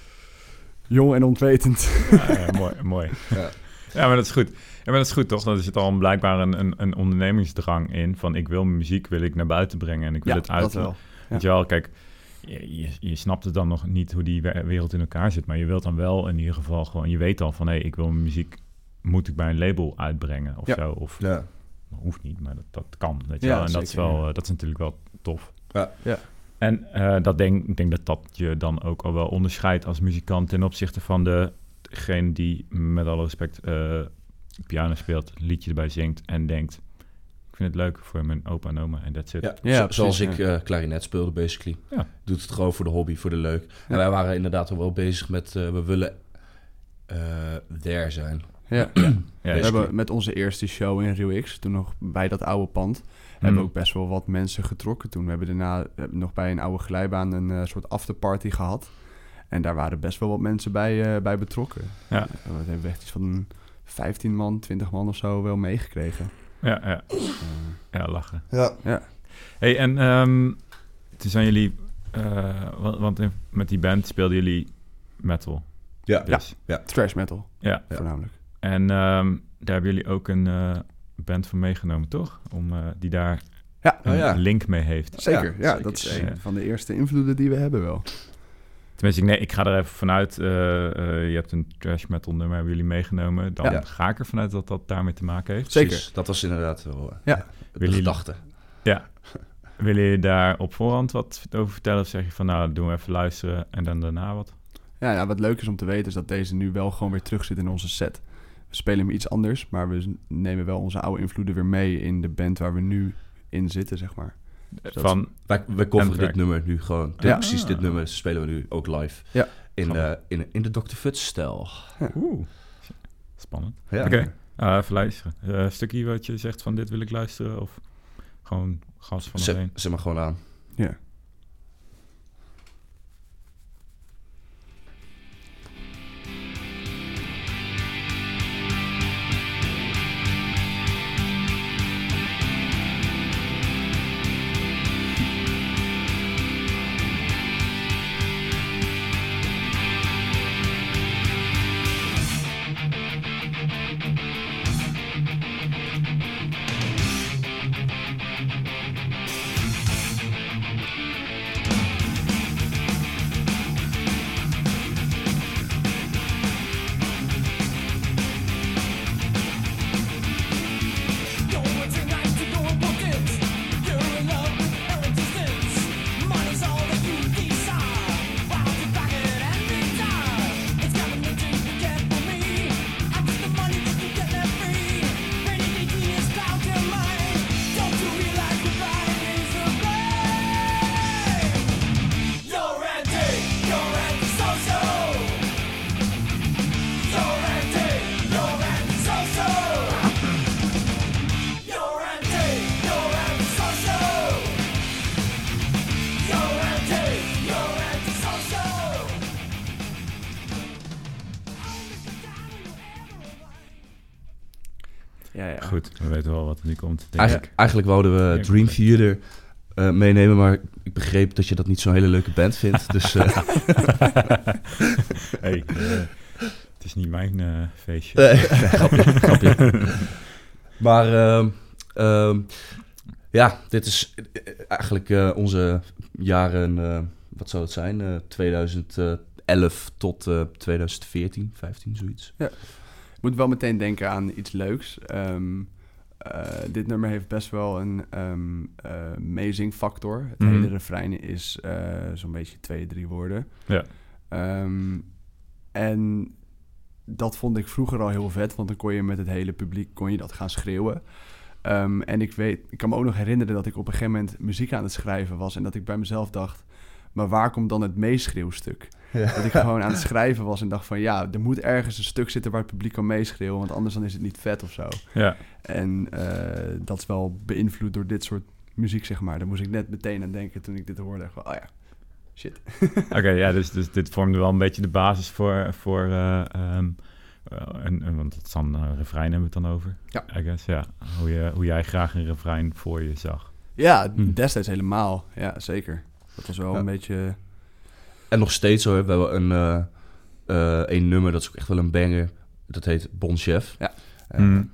jong en onwetend. Ja, ja, mooi, mooi. Ja. Ja, maar dat is goed. Ja, maar dat is goed, toch? Er zit al blijkbaar een, een, een ondernemingsdrang in van ik wil mijn muziek wil ik naar buiten brengen en ik wil ja, het uit. Dat wel. Weet je wel, kijk, je, je, je snapt het dan nog niet hoe die wereld in elkaar zit, maar je wilt dan wel in ieder geval gewoon, je weet al van hé, hey, ik wil mijn muziek, moet ik bij een label uitbrengen of ja. zo. Of ja. hoeft niet, maar dat, dat kan, weet je ja, wel. En zeker, dat is wel, ja. dat is natuurlijk wel tof. Ja. Ja. En uh, dat denk, ik denk dat dat je dan ook al wel onderscheidt als muzikant ten opzichte van degene die met alle respect uh, piano speelt, een liedje erbij zingt en denkt, ik vind het leuk voor mijn opa en oma en that's it. Ja, ja, zo, precies, zoals ik uh, klarinet speelde basically. Ja. Doet het gewoon voor de hobby, voor de leuk. Ja. En wij waren inderdaad al wel bezig met, uh, we willen uh, there zijn. Ja. ja. ja we hebben met onze eerste show in Rio X, toen nog bij dat oude pand, mm. hebben we ook best wel wat mensen getrokken toen. We hebben daarna we hebben nog bij een oude glijbaan een uh, soort afterparty gehad. En daar waren best wel wat mensen bij, uh, bij betrokken. Ja. We hebben echt iets van vijftien man, twintig man of zo wel meegekregen. Ja, ja. Uh, ja, lachen. Ja. ja. Hey, en um, toen zijn jullie... Uh, want, want met die band speelden jullie metal. Ja, dus. ja. ja. Thrash metal. Ja. Voornamelijk. En um, daar hebben jullie ook een uh, band van meegenomen, toch? Om uh, die daar ja. een oh, ja. link mee heeft. Zeker, ja. ja zeker. Dat is een van de eerste invloeden die we hebben wel. Tenminste, nee, ik ga er even vanuit. Uh, uh, je hebt een thrash metal nummer, hebben jullie meegenomen. Dan ja. ga ik er vanuit dat dat daarmee te maken heeft. Zeker, Precies, dat was inderdaad wel ja. ja, de gedachte. Ja. Willen jullie daar op voorhand wat over vertellen? Of zeg je van, nou, doen we even luisteren en dan daarna wat? Ja, nou, wat leuk is om te weten is dat deze nu wel gewoon weer terug zit in onze set. We spelen hem iets anders, maar we nemen wel onze oude invloeden weer mee in de band waar we nu in zitten, zeg maar. Dus van wij, wij coveren dit nummer nu gewoon. Ja. Precies dit nummer spelen we nu ook live. Ja. In, uh, in, in de dokter Futs-stijl. Ja. Oeh, spannend. Ja. Oké, okay. uh, even luisteren. Een uh, stukje wat je zegt van dit wil ik luisteren of gewoon gas van Zet, zet maar gewoon aan. Ja. Ja, ja. Goed, we weten wel wat er nu komt. Eigenlijk, eigenlijk wouden we Dream Theater uh, meenemen, maar ik begreep dat je dat niet zo'n hele leuke band vindt. Dus, uh... hey, uh, het is niet mijn uh, feestje. Nee, grapje, grapje. Maar uh, uh, ja, dit is eigenlijk uh, onze jaren, uh, wat zou het zijn, uh, tweeduizend elf tot uh, tweeduizend veertien, vijftien, zoiets. Ja. Ik moet wel meteen denken aan iets leuks. Um, uh, dit nummer heeft best wel een um, uh, amazing factor. Het mm. hele refrein is uh, zo'n beetje twee, drie woorden. Ja. Um, en dat vond ik vroeger al heel vet, want dan kon je met het hele publiek kon je dat gaan schreeuwen. Um, en ik weet, ik kan me ook nog herinneren dat ik op een gegeven moment muziek aan het schrijven was en dat ik bij mezelf dacht, maar waar komt dan het meeschreeuwstuk? Ja. Dat ik gewoon aan het schrijven was en dacht van ja, er moet ergens een stuk zitten waar het publiek kan meeschreeuwen, want anders dan is het niet vet of zo. Ja. En uh, dat is wel beïnvloed door dit soort muziek, zeg maar. Daar moest ik net meteen aan denken toen ik dit hoorde. Van, oh ja, shit. Oké, okay, ja, dus, dus dit vormde wel een beetje de basis voor, voor uh, um, uh, een, een, want het is dan uh, refrein hebben we het dan over. Ja. I guess, ja. Hoe, je, hoe jij graag een refrein voor je zag. Ja, hm. destijds helemaal. Ja, zeker. Dat was wel ja. een beetje... En nog steeds hoor, we hebben een, uh, uh, een nummer, dat is ook echt wel een banger. Dat heet Bon Chef. Ja. Uh, mm.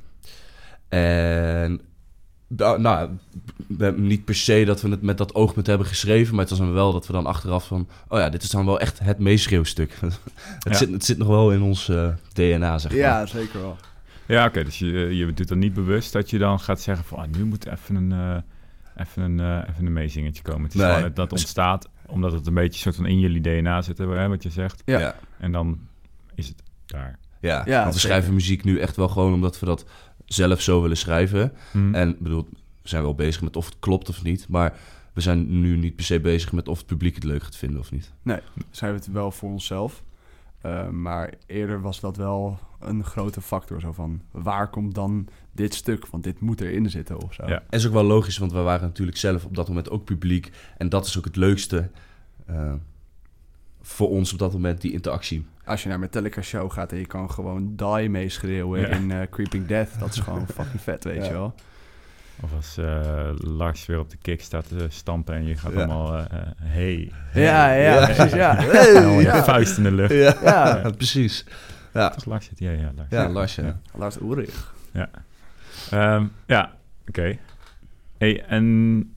En uh, nou, we hebben niet per se dat we het met dat oogpunt hebben geschreven, maar het was dan wel dat we dan achteraf van, oh ja, dit is dan wel echt het meeschreeuwstuk. het, ja. zit, het zit nog wel in ons uh, D N A, zeg maar. Ja, zeker wel. Ja, oké, okay, dus je, je doet dan niet bewust dat je dan gaat zeggen van, ah, nu moet even een, uh, even een, uh, even een meezingetje komen. Het is nee. gewoon, dat ontstaat omdat het een beetje soort van in jullie D N A zit, hè, wat je zegt. Ja. ja. En dan is het daar. Ja, ja want we zeker. schrijven muziek nu echt wel gewoon omdat we dat zelf zo willen schrijven. Mm. En bedoel, we zijn wel bezig met of het klopt of niet, maar we zijn nu niet per se bezig met of het publiek het leuk gaat vinden of niet. Nee, schrijven we het wel voor onszelf. Uh, maar eerder was dat wel een grote factor. Zo van, waar komt dan dit stuk? Want dit moet erin zitten of zo. Ja. En is ook wel logisch, want we waren natuurlijk zelf op dat moment ook publiek. En dat is ook het leukste uh, voor ons op dat moment, die interactie. Als je naar Metallica show gaat en je kan gewoon Die meeschreeuwen ja. in uh, Creeping Death. Dat is gewoon fucking vet, weet ja. je wel. Of als uh, Lars weer op de kick staat te stampen en je gaat ja. allemaal, uh, hey, hey. Ja, ja, precies, ja. Hey, en je ja. vuist in de lucht. Ja, ja. ja precies. Ja. Dat is Lars, ja, ja, Lars. Ja, Lars, ja. ja. Lars Ulrich. Ja, um, ja, oké. Okay. Hey, en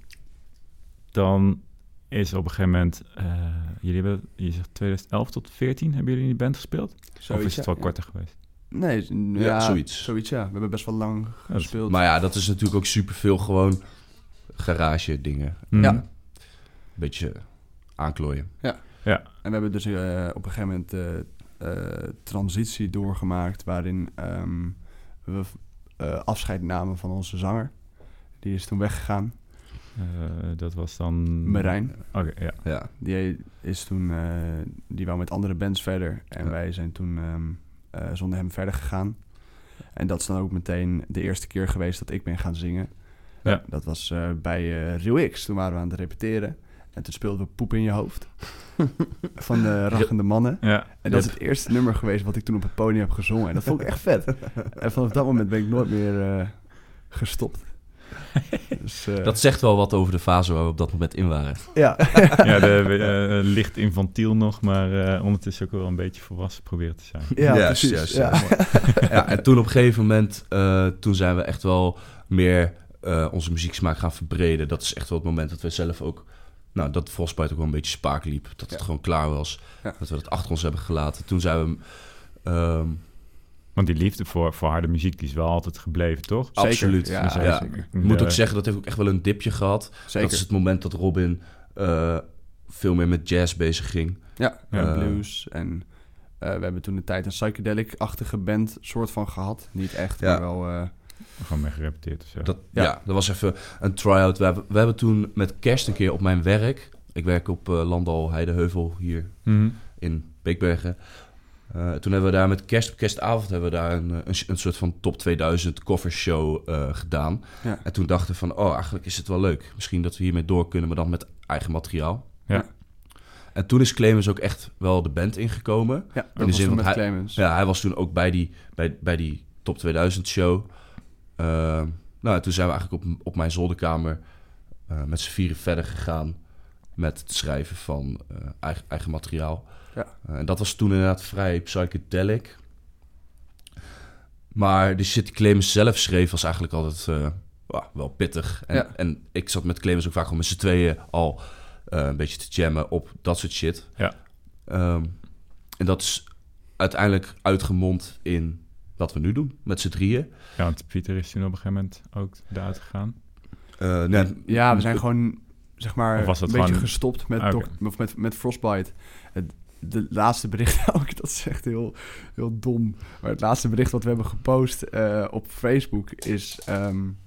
dan is op een gegeven moment, uh, jullie hebben, je zegt tweeduizend elf tot veertien, hebben jullie in die band gespeeld? Zoiets, of is het wel ja, korter ja. geweest? Nee, ja, ja, zoiets. Zoiets, ja. We hebben best wel lang gespeeld. Maar ja, dat is natuurlijk ook superveel gewoon garage dingen. Mm. Ja. Een beetje aanklooien. Ja. ja. En we hebben dus uh, op een gegeven moment uh, uh, transitie doorgemaakt waarin um, we uh, afscheid namen van onze zanger. Die is toen weggegaan. Uh, dat was dan... Marijn. Oké, okay, ja. ja. Die is toen... Uh, die wou met andere bands verder. En ja. wij zijn toen um, uh, zonder hem verder gegaan. En dat is dan ook meteen de eerste keer geweest dat ik ben gaan zingen. Ja. Dat was uh, bij uh, Real X. Toen waren we aan het repeteren. En toen speelden we Poep in je hoofd. Van de Rachende Mannen. Ja, en dat is het eerste nummer geweest wat ik toen op het podium heb gezongen. En dat vond ik echt vet. En vanaf dat moment ben ik nooit meer uh, gestopt. Dus, uh... Dat zegt wel wat over de fase waar we op dat moment in waren. Ja, ja de, uh, licht infantiel nog, maar uh, ondertussen ook wel een beetje volwassen proberen te zijn. Ja, ja precies. Juist, ja. Ja, en toen op een gegeven moment, uh, toen zijn we echt wel meer uh, onze muzieksmaak gaan verbreden. Dat is echt wel het moment dat we zelf ook, nou, dat Frostbite ook wel een beetje spaak liep. Dat het ja. gewoon klaar was. Ja. Dat we dat achter ons hebben gelaten. Toen zijn we... Um, Want die liefde voor, voor harde muziek die is wel altijd gebleven, toch? Zeker. Absoluut. Ja, zeker. Ja. Ik moet ook zeggen, dat heeft ook echt wel een dipje gehad. Zeker. Dat is het moment dat Robin uh, veel meer met jazz bezig ging. Ja, ja uh, blues. En uh, we hebben toen een tijd een psychedelic-achtige band soort van gehad. Niet echt, ja. maar wel... Uh, Gewoon mee gerepeteerd of zo. Dat, ja. ja, dat was even een try-out. We hebben, we hebben toen met kerst een keer op mijn werk... Ik werk op uh, Landal Heideheuvel hier mm-hmm. in Beekbergen... Uh, toen hebben we daar met kerst op kerstavond hebben we daar een, een, een soort van top tweeduizend covershow uh, gedaan. Ja. En toen dachten we van, oh, eigenlijk is het wel leuk. Misschien dat we hiermee door kunnen, maar dan met eigen materiaal. Ja. En toen is Clemens ook echt wel de band ingekomen. Ja, dat in de was zin, met hij, Clemens. Ja, hij was toen ook bij die, bij, bij die top tweeduizend show. Uh, nou, toen zijn we eigenlijk op, op mijn zolderkamer uh, met z'n vieren verder gegaan met het schrijven van uh, eigen, eigen materiaal. Ja. Uh, en dat was toen inderdaad vrij psychedelic. Maar de shit die Clemens zelf schreef was eigenlijk altijd uh, well, wel pittig. En, ja. en ik zat met Clemens ook vaak gewoon met z'n tweeën al uh, een beetje te jammen op dat soort shit. Ja. Um, en dat is uiteindelijk uitgemond in wat we nu doen, met z'n drieën. Ja, want Pieter is toen op een gegeven moment ook eruit gegaan. Uh, nee, ja, we zijn gewoon, zeg maar, een beetje gewoon... gestopt met, okay. doc- of met, met Frostbite. Het, de laatste bericht ook, dat is echt heel, heel dom. Maar het laatste bericht wat we hebben gepost uh, op Facebook is... Um,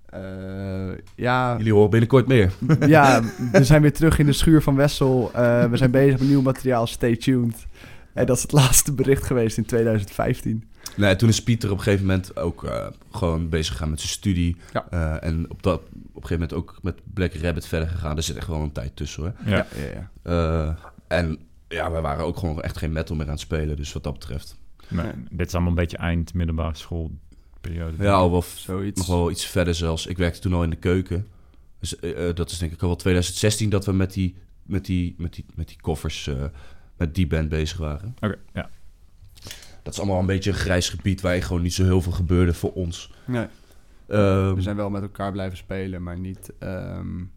uh, ja, jullie horen binnenkort meer. Ja, we zijn weer terug in de schuur van Wessel. Uh, we zijn bezig met nieuw materiaal, stay tuned. En dat is het laatste bericht geweest in twintig vijftien. Nee, toen is Pieter op een gegeven moment ook uh, gewoon bezig gegaan met zijn studie. Ja. Uh, en op, dat, op een gegeven moment ook met Black Rabbit verder gegaan. Er zit echt wel een tijd tussen, hoor. Ja. Ja, ja, ja. Uh, en ja, wij waren ook gewoon echt geen metal meer aan het spelen. Dus wat dat betreft. Nee, dit is allemaal een beetje eind middelbare schoolperiode. Ja, al wel zoiets. Nog wel iets verder zelfs. Ik werkte toen al in de keuken. Dus uh, dat is denk ik al wel twintig zestien dat we met die, met die, met die, met die koffers, uh, met die band bezig waren. Oké, okay, ja. Dat is allemaal een beetje een grijs gebied waar gewoon niet zo heel veel gebeurde voor ons. Nee. Um, we zijn wel met elkaar blijven spelen, maar niet um,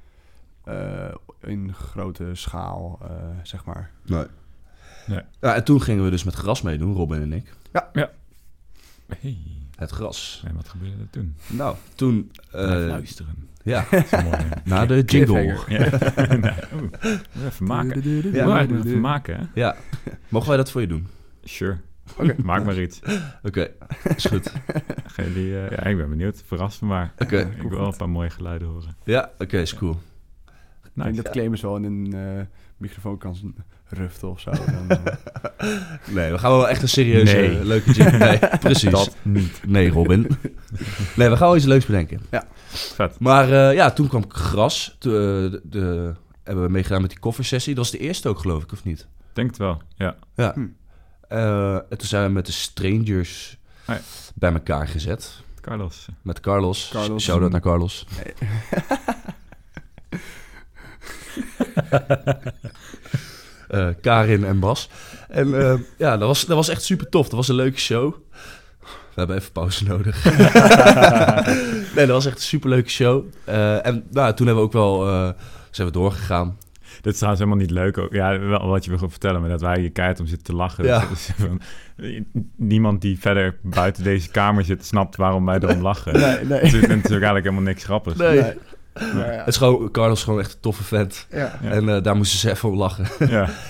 uh, in grote schaal, uh, zeg maar. Nee. nee. Ja, en toen gingen we dus met gras meedoen, Robin en ik. Ja. ja. Hey. Het gras. En wat gebeurde er toen? Nou, toen... Uh, luisteren. Ja. Dat is mooi, na de jingle. Ja. nee. Oeh, even maken. Ja, even maken, hè? Ja. Mogen wij dat voor je doen? Sure. Okay. Maak maar iets. Oké, okay. Is goed. Ga jullie, uh, ja, ik ben benieuwd. Verras me maar. Oké. Okay. Ik wil wel een paar mooie geluiden horen. Ja, oké, okay, is cool. Nice. Ik denk dat Clemens wel in een uh, microfoon kan ruften of zo. Dan, uh... Nee, we gaan wel echt een serieuze, nee. leuke jingle. Nee, precies. Dat niet. Nee, Robin. Nee, we gaan wel iets leuks bedenken. Ja. Vet. Maar uh, ja, toen kwam gras. Toen, uh, de, de, hebben we meegedaan met die koffersessie. Dat was de eerste ook, geloof ik, of niet? Denk het wel, ja. Ja. Hm. Uh, en toen zijn we met de Strangers oh ja. bij elkaar gezet. Carlos. Met Carlos. Carlos. Shout-out naar Carlos. Nee. uh, Karin en Bas. En uh, ja, dat was, dat was echt super tof. Dat was een leuke show. We hebben even pauze nodig. Nee, dat was echt een super leuke show. Uh, en nou, toen hebben we ook wel... Uh, zijn we doorgegaan. Dit is trouwens helemaal niet leuk ook. Ja, wel wat je wil vertellen, maar dat wij hier keihard om zitten te lachen. Ja. Dat is van, niemand die verder buiten deze kamer zit, snapt waarom wij erom lachen. Nee, nee. Het is natuurlijk eigenlijk helemaal niks grappigs. Nee. nee. Maar ja. Het is gewoon, Carlos is gewoon echt een toffe vent. Ja. Ja. En uh, daar moesten ze even om lachen. Ja.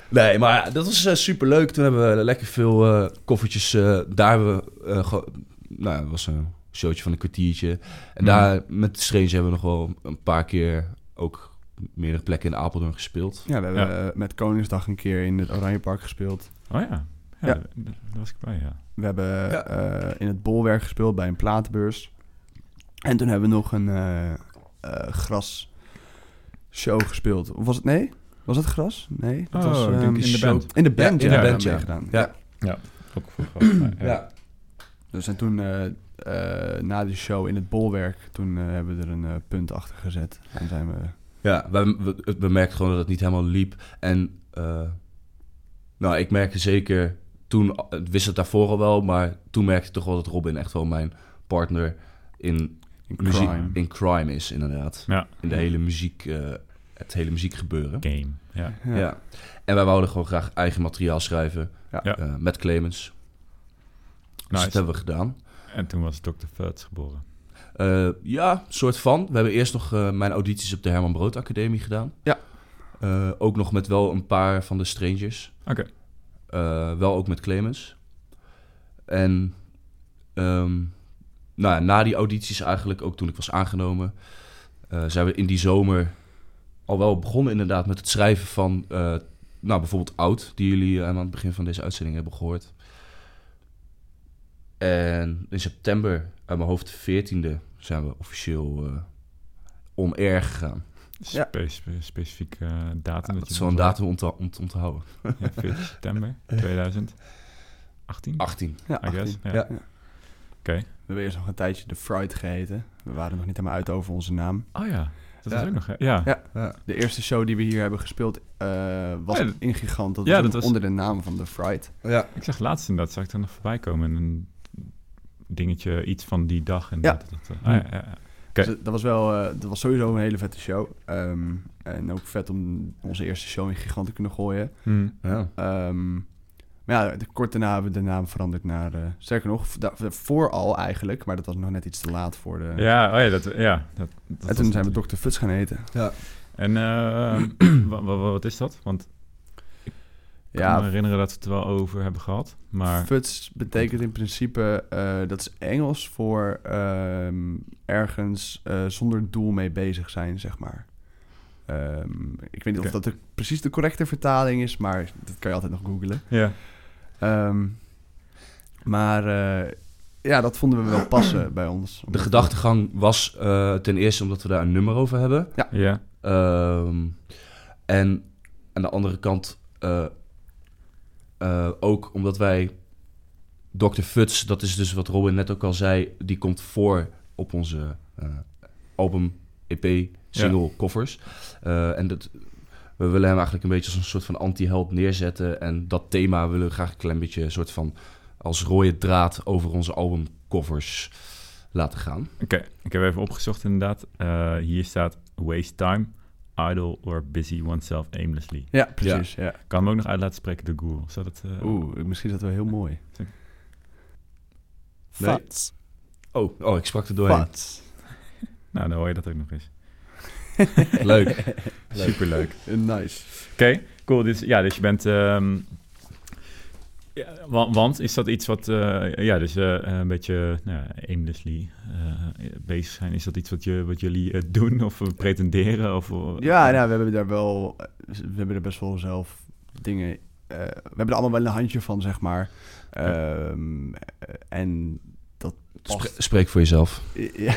Nee, maar ja, dat was uh, superleuk. Toen hebben we lekker veel uh, koffertjes. Uh, daar hebben we... Uh, ge- nou, dat was een showtje van een kwartiertje. En mm. daar met de Strange hebben we nog wel een paar keer... ook meerdere plekken in Apeldoorn gespeeld. Ja, we hebben Ja. uh, met Koningsdag een keer in het Oranjepark gespeeld. Oh ja, ja, Ja. Daar, daar was ik bij, ja. We hebben Ja. uh, in het Bolwerk gespeeld bij een platenbeurs. En toen hebben we nog een uh, uh, grasshow gespeeld. Of was het? Nee? Was het gras? Nee. Dat Oh, was, ik denk um, in de band. In de band, Ja, ja. in de ja, band, ja. meegedaan. Ja. Ja, ook voor gras. maar, ja. Ja. Dus en toen uh, uh, na die show in het Bolwerk, toen uh, hebben we er een uh, punt achter gezet. En zijn we... Ja, we, we, we merkten gewoon dat het niet helemaal liep. En uh, nou, ik merkte zeker... Toen, ik wist het daarvoor al wel, maar toen merkte ik toch wel dat Robin echt wel mijn partner in, In muziek, crime. in crime is, inderdaad. Ja. In de hele muziek, uh, het hele muziekgebeuren. Game, ja. Ja. Ja. En wij wouden gewoon graag eigen materiaal schrijven Ja. Ja. uh, met Clemens. Dus Nice. dat hebben we gedaan. En toen was dokter Futs geboren. Uh, ja, soort van. We hebben eerst nog uh, mijn audities op de Herman Brood Academie gedaan. Ja. Uh, ook nog met wel een paar van de Strangers. Oké. Okay. Uh, wel ook met Clemens. En um, nou ja, na die audities eigenlijk, ook toen ik was aangenomen... Uh, zijn we in die zomer al wel begonnen inderdaad met het schrijven van... Uh, nou, bijvoorbeeld Oud, die jullie uh, aan het begin van deze uitzending hebben gehoord. En in september, uit mijn hoofd veertiende, zijn we officieel uh, on air gegaan. Ja. Spe- spe- specifieke uh, datum. Ja, dat dat is je wel een nog datum om te, om, te, om te houden. hoort. Ja, veertien september tweeduizend achttien. achttien. Ja, I guess. achttien. Ja. Ja. Ja. Oké. We hebben eerst nog een tijdje de Fright geheten. We waren nog niet helemaal uit over onze naam. Oh ja, dat Ja. was ook nog... hè? Ja. Ja. Ja. De eerste show die we hier hebben gespeeld uh, was Ja, dat- in Gigant. Dat ja, was dat ook was- onder de naam van de Fright. Ja. Ik zag laatst inderdaad, zag ik er nog voorbij komen. Een dingetje, iets van die dag. En Ja. dat, dat, uh, ah, ja, ja, ja. Oké. Dus dat was wel, uh, dat was sowieso een hele vette show. Um, en ook vet om onze eerste show in Gigant te kunnen gooien. Hm. Ja. Um, maar ja, de, kort daarna hebben we de naam veranderd naar... Uh, sterker nog, da- vooral eigenlijk, maar dat was nog net iets te laat voor de... Ja, oh ja, dat, ja, dat, dat en toen was zijn we natuurlijk- dokter Futs gaan eten. Ja. En uh, wa- wa- wat is dat? Want ik kan Ja, me herinneren dat we het er wel over hebben gehad. Maar Futs betekent in principe... Uh, dat is Engels voor um, ergens uh, zonder doel mee bezig zijn, zeg maar. Um, ik weet niet Oké. of dat de, precies de correcte vertaling is, maar dat kan je altijd nog googlen. ja, Um, maar uh, ja, dat vonden we wel passen bij ons. De gedachtegang was uh, ten eerste omdat we daar een nummer over hebben. ja, Um, en aan de andere kant uh, uh, ook omdat wij dokter Futs, dat is dus wat Robin net ook al zei, die komt voor op onze uh, album, E P, single, Ja. covers. Uh, en dat, we willen hem eigenlijk een beetje als een soort van anti-held neerzetten. En dat thema willen we graag een klein beetje een soort van als rode draad over onze albumcovers laten gaan. oké. Okay. Ik heb even opgezocht inderdaad. Uh, hier staat waste time, idle or busy oneself aimlessly. Ja, precies. Ja. Ik kan hem ook nog uit laten spreken door Google. Zou dat, uh, Oeh, misschien is dat wel heel mooi. Zeker. Nee. Fats. Oh, oh, ik sprak er doorheen. Fats. Nou, dan hoor je dat ook nog eens. Leuk. Superleuk. Nice. Oké, okay, cool. Dus, ja, dus je bent... Um, ja, want, want is dat iets wat... Uh, ja, dus uh, een beetje nou, aimlessly uh, bezig zijn. Is dat iets wat, je, wat jullie uh, doen of uh, pretenderen? Of, uh, Ja, nou, we hebben daar wel... We hebben er best wel zelf dingen... Uh, we hebben er allemaal wel een handje van, zeg maar. Um, en dat past... Spre- spreek voor jezelf. Ja.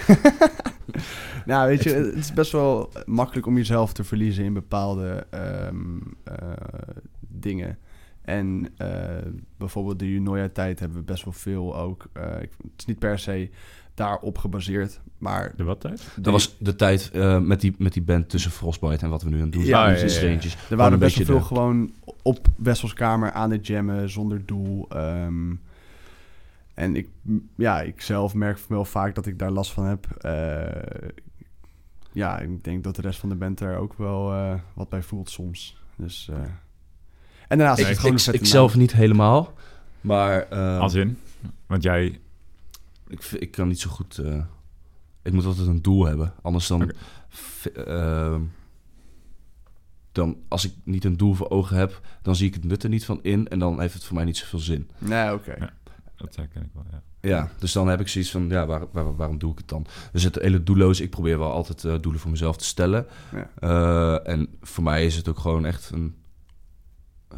Nou, weet je, het is best wel makkelijk om jezelf te verliezen in bepaalde um, uh, dingen. En uh, bijvoorbeeld de Junoia-tijd hebben we best wel veel ook. Uh, ik, het is niet per se daarop gebaseerd, maar... De wat tijd? Dat was de tijd uh, met, die, met die band tussen Frostbite en wat we nu aan het doen Ja, zijn. ja, Dus ja, de ja. Strangers. Er Gewoon waren een best wel beetje veel de- gewoon op Wesselskamer aan het jammen, zonder doel. Um, en ik, ja, ik zelf merk wel vaak dat ik daar last van heb. Uh, ja, ik denk dat de rest van de band daar ook wel uh, wat bij voelt soms. Dus, uh, en daarnaast Ik, is het gewoon ik, een vette ik naam. zelf niet helemaal, maar uh, Als in? Want jij... ik, v- ik kan niet zo goed... Uh, ik moet altijd een doel hebben, anders dan... Oké. v- uh, dan als ik niet een doel voor ogen heb, dan zie ik het nut er niet van in en dan heeft het voor mij niet zoveel zin. Nee, oké. Ja. Dat herken ik wel, ja. Ja, dus dan heb ik zoiets van, ja, waar, waar, waarom doe ik het dan? Dus het hele doelloos, ik probeer wel altijd uh, doelen voor mezelf te stellen. Ja. Uh, en voor mij is het ook gewoon echt een... Uh,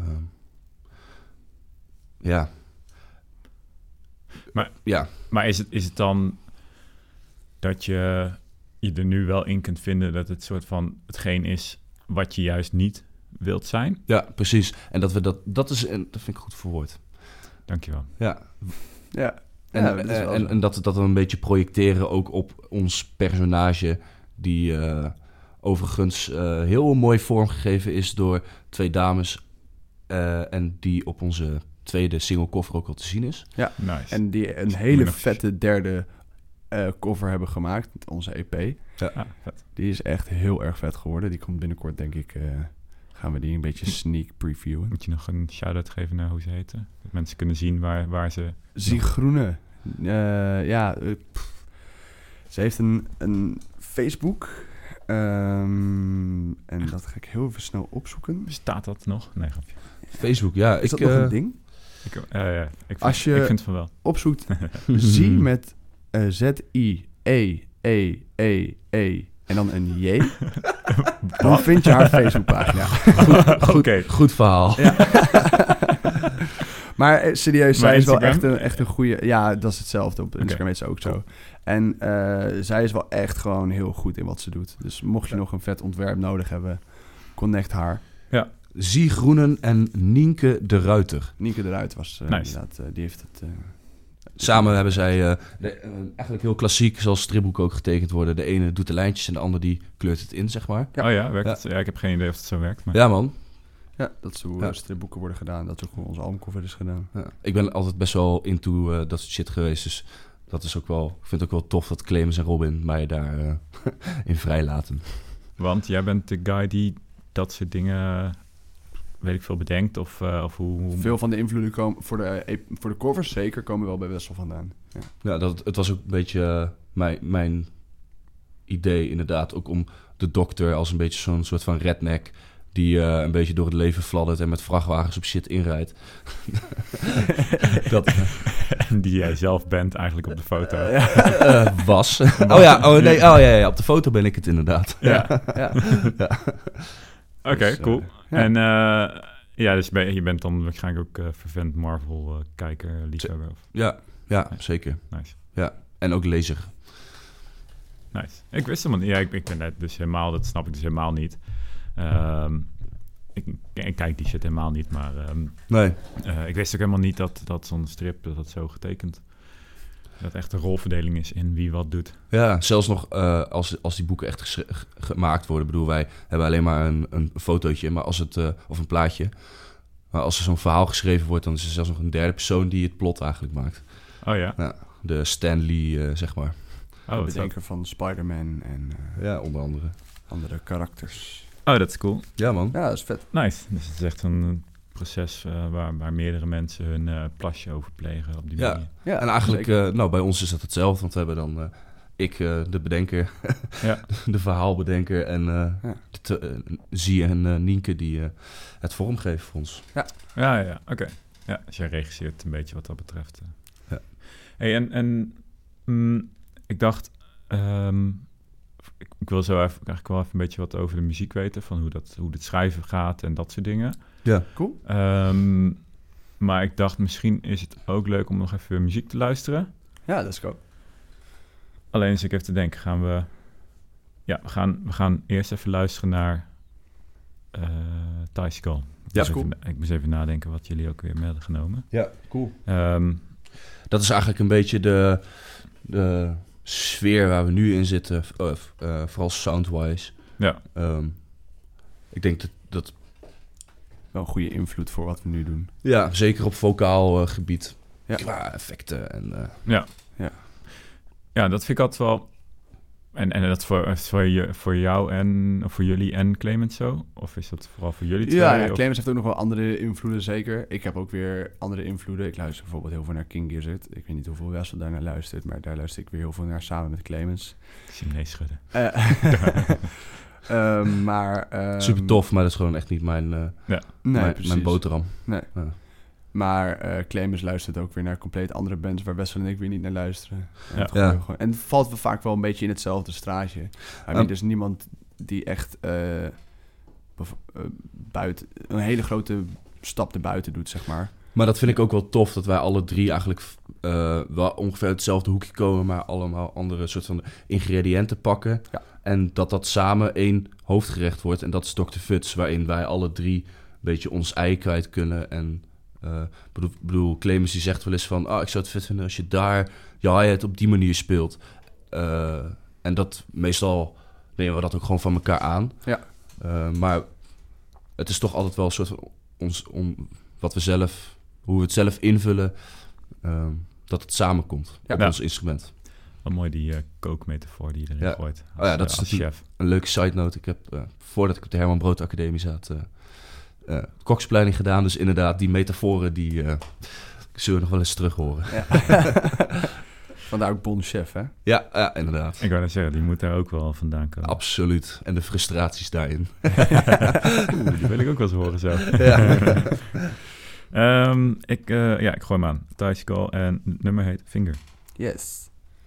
ja. Maar, ja. maar is, het, is het dan dat je je er nu wel in kunt vinden dat het soort van hetgeen is wat je juist niet wilt zijn? Ja, precies. En dat we dat, dat is, en dat vind ik goed verwoord. Dankjewel. Ja. Ja. En, ja, dat is wel en, zo. en dat dat we een beetje projecteren ook op ons personage, die uh, overigens uh, heel mooi vormgegeven is door twee dames uh, en die op onze tweede single cover ook al te zien is. Ja, nice. En die een hele vette derde uh, cover hebben gemaakt, onze E P. Ja. Ah, vet. Die is echt heel erg vet geworden. Die komt binnenkort, denk ik, uh, gaan we die een beetje sneak previewen. Moet je nog een shout-out geven naar hoe ze heten? Dat mensen kunnen zien waar, waar ze... Ziegroene. Uh, ja, uh, ze heeft een, een Facebook. Um, en dat ga ik heel even snel opzoeken. Bestaat dat nog? Nee, grapje. Facebook, ja. Is ik, dat nog uh, een ding? Ik, uh, ja, ik, vind, Als je ik vind van wel. Opzoekt zie met uh, Z I E E E E en dan een J. Dan vind je haar Facebookpagina. Goed, goed, okay. goed verhaal. Ja. Maar uh, serieus, maar zij is wel Instagram? echt een, echt een goede... Ja, dat is hetzelfde. Op Instagram Okay. is ze ook Cool. zo. En uh, zij is wel echt gewoon heel goed in wat ze doet. Dus mocht je ja. nog een vet ontwerp nodig hebben, connect haar. Ja. Ziegroenen en Nienke de Ruiter. Nienke de Ruiter was uh, nice. inderdaad... Uh, die heeft het... Uh, Samen hebben zij uh, de, uh, eigenlijk heel klassiek, zoals stripboek ook getekend worden. De ene doet de lijntjes en de ander die kleurt het in, zeg maar. Ja. Oh ja, werkt ja. Het? Ja, ik heb geen idee of het zo werkt. Maar... Ja, man. Ja, dat is hoe ja. stripboeken worden gedaan. Dat is ook hoe onze albumcover is gedaan. Ja. Ik ben altijd best wel into uh, dat soort shit geweest. Dus dat is ook wel... Ik vind het ook wel tof dat Clemens en Robin mij daar uh, in vrijlaten. Want jij bent de guy die dat soort dingen... weet ik veel, bedenkt? Of, uh, of hoe, hoe... Veel van de invloeden komen voor de, voor de covers zeker komen wel bij Wessel vandaan. Ja, ja dat, het was ook een beetje uh, mijn, mijn idee inderdaad. Ook om de dokter als een beetje zo'n soort van redneck... die uh, een beetje door het leven fladdert en met vrachtwagens op shit inrijdt. dat, die jij zelf bent eigenlijk op de foto. uh, was. oh ja, oh nee, oh ja, ja, op de foto ben ik het inderdaad. Ja. ja. ja. Oké, okay, dus, cool. Uh, ja. En uh, ja, dus ben, je bent dan waarschijnlijk ook uh, vervent Marvel-kijker, uh, liefhebber? Of? Ja, ja, nice. zeker. Nice. Ja, en ook lezer. Nice. Ik wist helemaal niet. Ja, ik, ik ben net dus helemaal, dat snap ik dus helemaal niet. Um, ik, ik kijk die shit helemaal niet, maar um, nee. uh, ik wist ook helemaal niet dat, dat zo'n strip dat, dat zo getekend, dat echt een rolverdeling is in wie wat doet. Ja, zelfs nog uh, als, als die boeken echt ges- gemaakt worden, bedoel wij hebben alleen maar een, een fotootje, maar als het uh, of een plaatje, maar als er zo'n verhaal geschreven wordt, dan is er zelfs nog een derde persoon die het plot eigenlijk maakt. Oh ja. ja de Stan Lee, uh, zeg maar. Oh, de bedenker van Spider-Man en uh, ja, onder andere andere karakters. Oh, dat is cool. Ja, man. Ja, dat is vet. Nice. Dus het is echt een proces uh, waar, waar meerdere mensen hun uh, plasje over plegen op die ja. manier. Ja, en eigenlijk, uh, nou, bij ons is dat hetzelfde, want we hebben dan uh, ik, uh, de bedenker, ja. de verhaalbedenker en uh, ja. de, uh, Zie en uh, Nienke die uh, het vormgeven voor ons. Ja, ja, ja, oké. Okay. Ja, dus jij regisseert een beetje wat dat betreft. Uh. Ja. Hey, en en mm, ik dacht... Um, Ik, ik wil zo even, eigenlijk wel even een beetje wat over de muziek weten. Van hoe, dat, hoe het schrijven gaat en dat soort dingen. Ja, cool. Um, maar ik dacht, misschien is het ook leuk om nog even muziek te luisteren. Ja, let's go. Alleen als ik even te denken, gaan we... Ja, we gaan, we gaan eerst even luisteren naar uh, Thai Skull. Ja, dus cool. Even, ik moest even nadenken wat jullie ook weer mee hadden genomen. Ja, cool. Um, dat is eigenlijk een beetje de... de sfeer waar we nu in zitten, uh, uh, vooral soundwise. Ja. Um, ik denk dat dat wel een goede invloed voor wat we nu doen. Ja, zeker op vocaal uh, gebied. Ja. Qua effecten en. Uh... Ja. ja. Ja, dat vind ik altijd wel. En, en dat voor, voor, je, voor jou en voor jullie en Clemens zo? Of is dat vooral voor jullie twee? Ja, ja of? Clemens heeft ook nog wel andere invloeden, zeker. Ik heb ook weer andere invloeden. Ik luister bijvoorbeeld heel veel naar King Gizzard. Ik weet niet hoeveel Wessel daar naar luistert, maar daar luister ik weer heel veel naar samen met Clemens. Ik zie hem nee schudden. Uh, Um, maar, um, Super tof, maar dat is gewoon echt niet mijn, uh, ja. nee, mijn, precies. mijn boterham. Nee. Ja. Maar uh, Clemens luistert ook weer naar compleet andere bands waar Wessel en ik weer niet naar luisteren. Ja. En, Ja. gewoon, en het valt wel vaak wel een beetje in hetzelfde straatje. I mean, Um, er is niemand die echt uh, bev- uh, buiten, een hele grote stap erbuiten doet, zeg maar. Maar dat vind ik ook wel tof, dat wij alle drie eigenlijk uh, wel ongeveer uit hetzelfde hoekje komen, maar allemaal andere soort van ingrediënten pakken. Ja. En dat dat samen één hoofdgerecht wordt. En dat is dokter Futs, waarin wij alle drie een beetje ons ei kwijt kunnen. En uh, bedoel, bedoel, Clemens die zegt wel eens van, ah, ik zou het vet vinden als je daar je hi-hat op die manier speelt. Uh, en dat meestal nemen we dat ook gewoon van elkaar aan. Ja. Uh, maar het is toch altijd wel een soort van ons, om, wat we zelf, hoe we het zelf invullen, uh, dat het samenkomt Ja. op Ja. ons instrument. Wat mooi die uh, kookmetafoor die je erin Ja. gooit. Oh ja, Als, dat uh, is als natuurlijk chef. een leuke side note. Ik heb, uh, voordat ik op de Herman Brood Academie zat, uh, uh, koksopleiding gedaan. Dus inderdaad, die metaforen, die uh, zullen we nog wel eens terug horen. Ja. Vandaar ook Bon Chef, hè? Ja, ja, inderdaad. Ik wou net zeggen, die moet daar ook wel vandaan komen. Absoluut. En de frustraties daarin. Oeh, die wil ik ook wel eens horen zo. Ja. um, ik, uh, ja, ik gooi hem aan. Ticycle en het nummer heet Finger. Yes.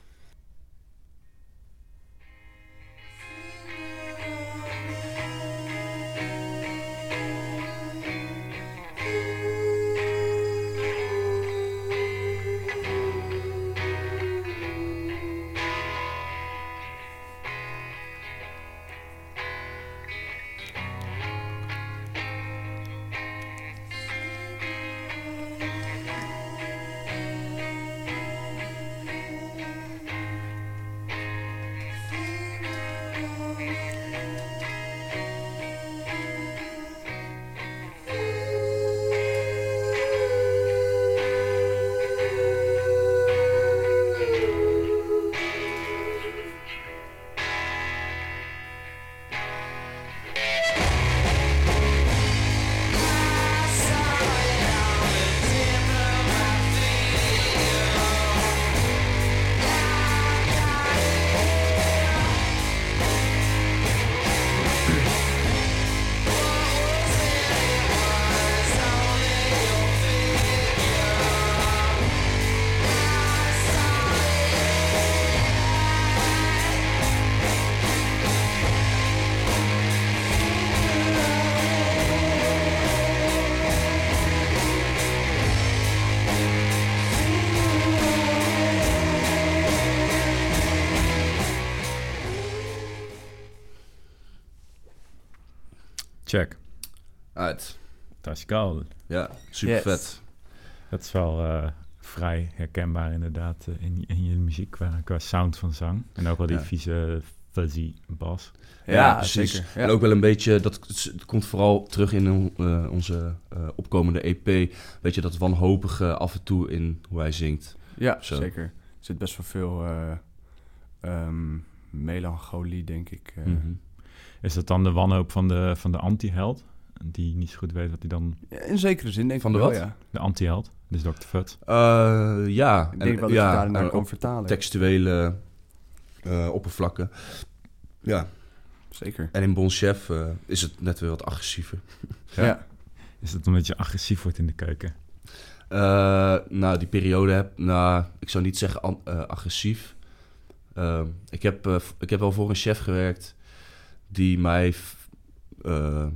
Check. Uit. Ticycle. Ja, super Yes. vet. Dat is wel uh, vrij herkenbaar inderdaad uh, in, in je muziek qua, qua sound van zang. En ook wel die Ja. vieze fuzzy bas. Ja, Ja, precies. zeker. Ja. En ook wel een beetje, dat het komt vooral terug in uh, onze uh, opkomende E P. Weet je, dat wanhopige af en toe in hoe hij zingt. Ja, Zo. zeker. Er zit best wel veel uh, um, melancholie, denk ik. Uh. Mm-hmm. Is dat dan de wanhoop van de, van de anti-held? Die niet zo goed weet wat hij dan... Ja, in zekere zin denk Van ik de wel, wat? ja. De anti-held, dus dokter Futs. Uh, ja. Ik denk en, wel dat ja, je daarnaar en kan ook vertalen. textuele uh, oppervlakken. Ja. Zeker. En in Bon Chef uh, is het net weer wat agressiever. Ja. ja. Is dat omdat je agressief wordt in de keuken? Uh, nou, die periode heb... Nou, ik zou niet zeggen an, uh, agressief. Uh, ik, heb, uh, ik heb wel voor een chef gewerkt die mij f- uh,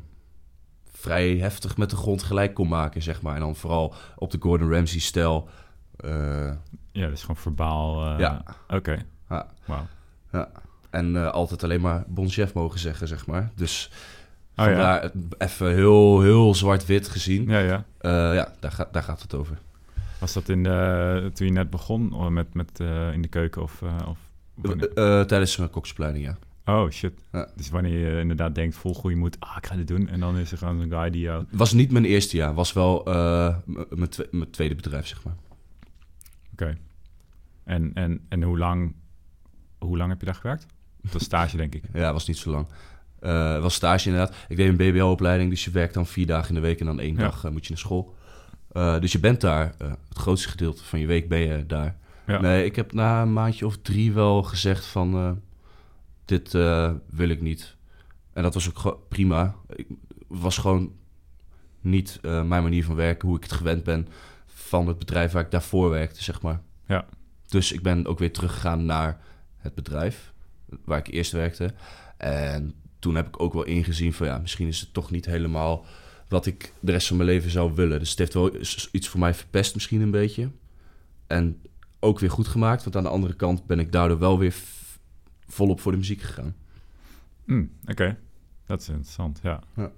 vrij heftig met de grond gelijk kon maken, zeg maar. En dan vooral op de Gordon Ramsay-stijl. Uh, Ja, dat is gewoon verbaal. Uh, Ja. Oké. Okay. Ja. Wauw. Ja. En uh, altijd alleen maar Bon Chef mogen zeggen, zeg maar. Dus Oh, vandaar ja. even heel, heel zwart-wit gezien. Ja, ja. Uh, ja, daar, ga, daar gaat het over. Was dat in de, toen je net begon met, met uh, in de keuken of... Uh, of uh, uh, tijdens mijn koksopleiding, ja. Oh, shit. Ja. Dus wanneer je inderdaad denkt vol goede moed, ah, ik ga dit doen. En dan is er gewoon een guy die jou... Was niet mijn eerste jaar. Was wel uh, mijn, twe- mijn tweede bedrijf, zeg maar. Oké. Okay. En, en, en hoe lang, hoe lang heb je daar gewerkt? Dat was stage, denk ik. Ja, was niet zo lang. Uh, was stage inderdaad. Ik deed een B B L-opleiding, dus je werkt dan vier dagen in de week en dan één ja. dag uh, moet je naar school. Uh, dus je bent daar, uh, het grootste gedeelte van je week ben je daar. Ja. Nee, ik heb na een maandje of drie wel gezegd van, uh, dit uh, wil ik niet. En dat was ook gewoon prima. Ik was gewoon niet uh, mijn manier van werken, hoe ik het gewend ben van het bedrijf waar ik daarvoor werkte, zeg maar. Ja. Dus ik ben ook weer teruggegaan naar het bedrijf waar ik eerst werkte. En toen heb ik ook wel ingezien van ja, misschien is het toch niet helemaal wat ik de rest van mijn leven zou willen. Dus het heeft wel iets voor mij verpest misschien een beetje. En ook weer goed gemaakt, want aan de andere kant ben ik daardoor wel weer f- volop voor de muziek gegaan. Mm, Oké, okay. Dat is interessant, ja. Ja,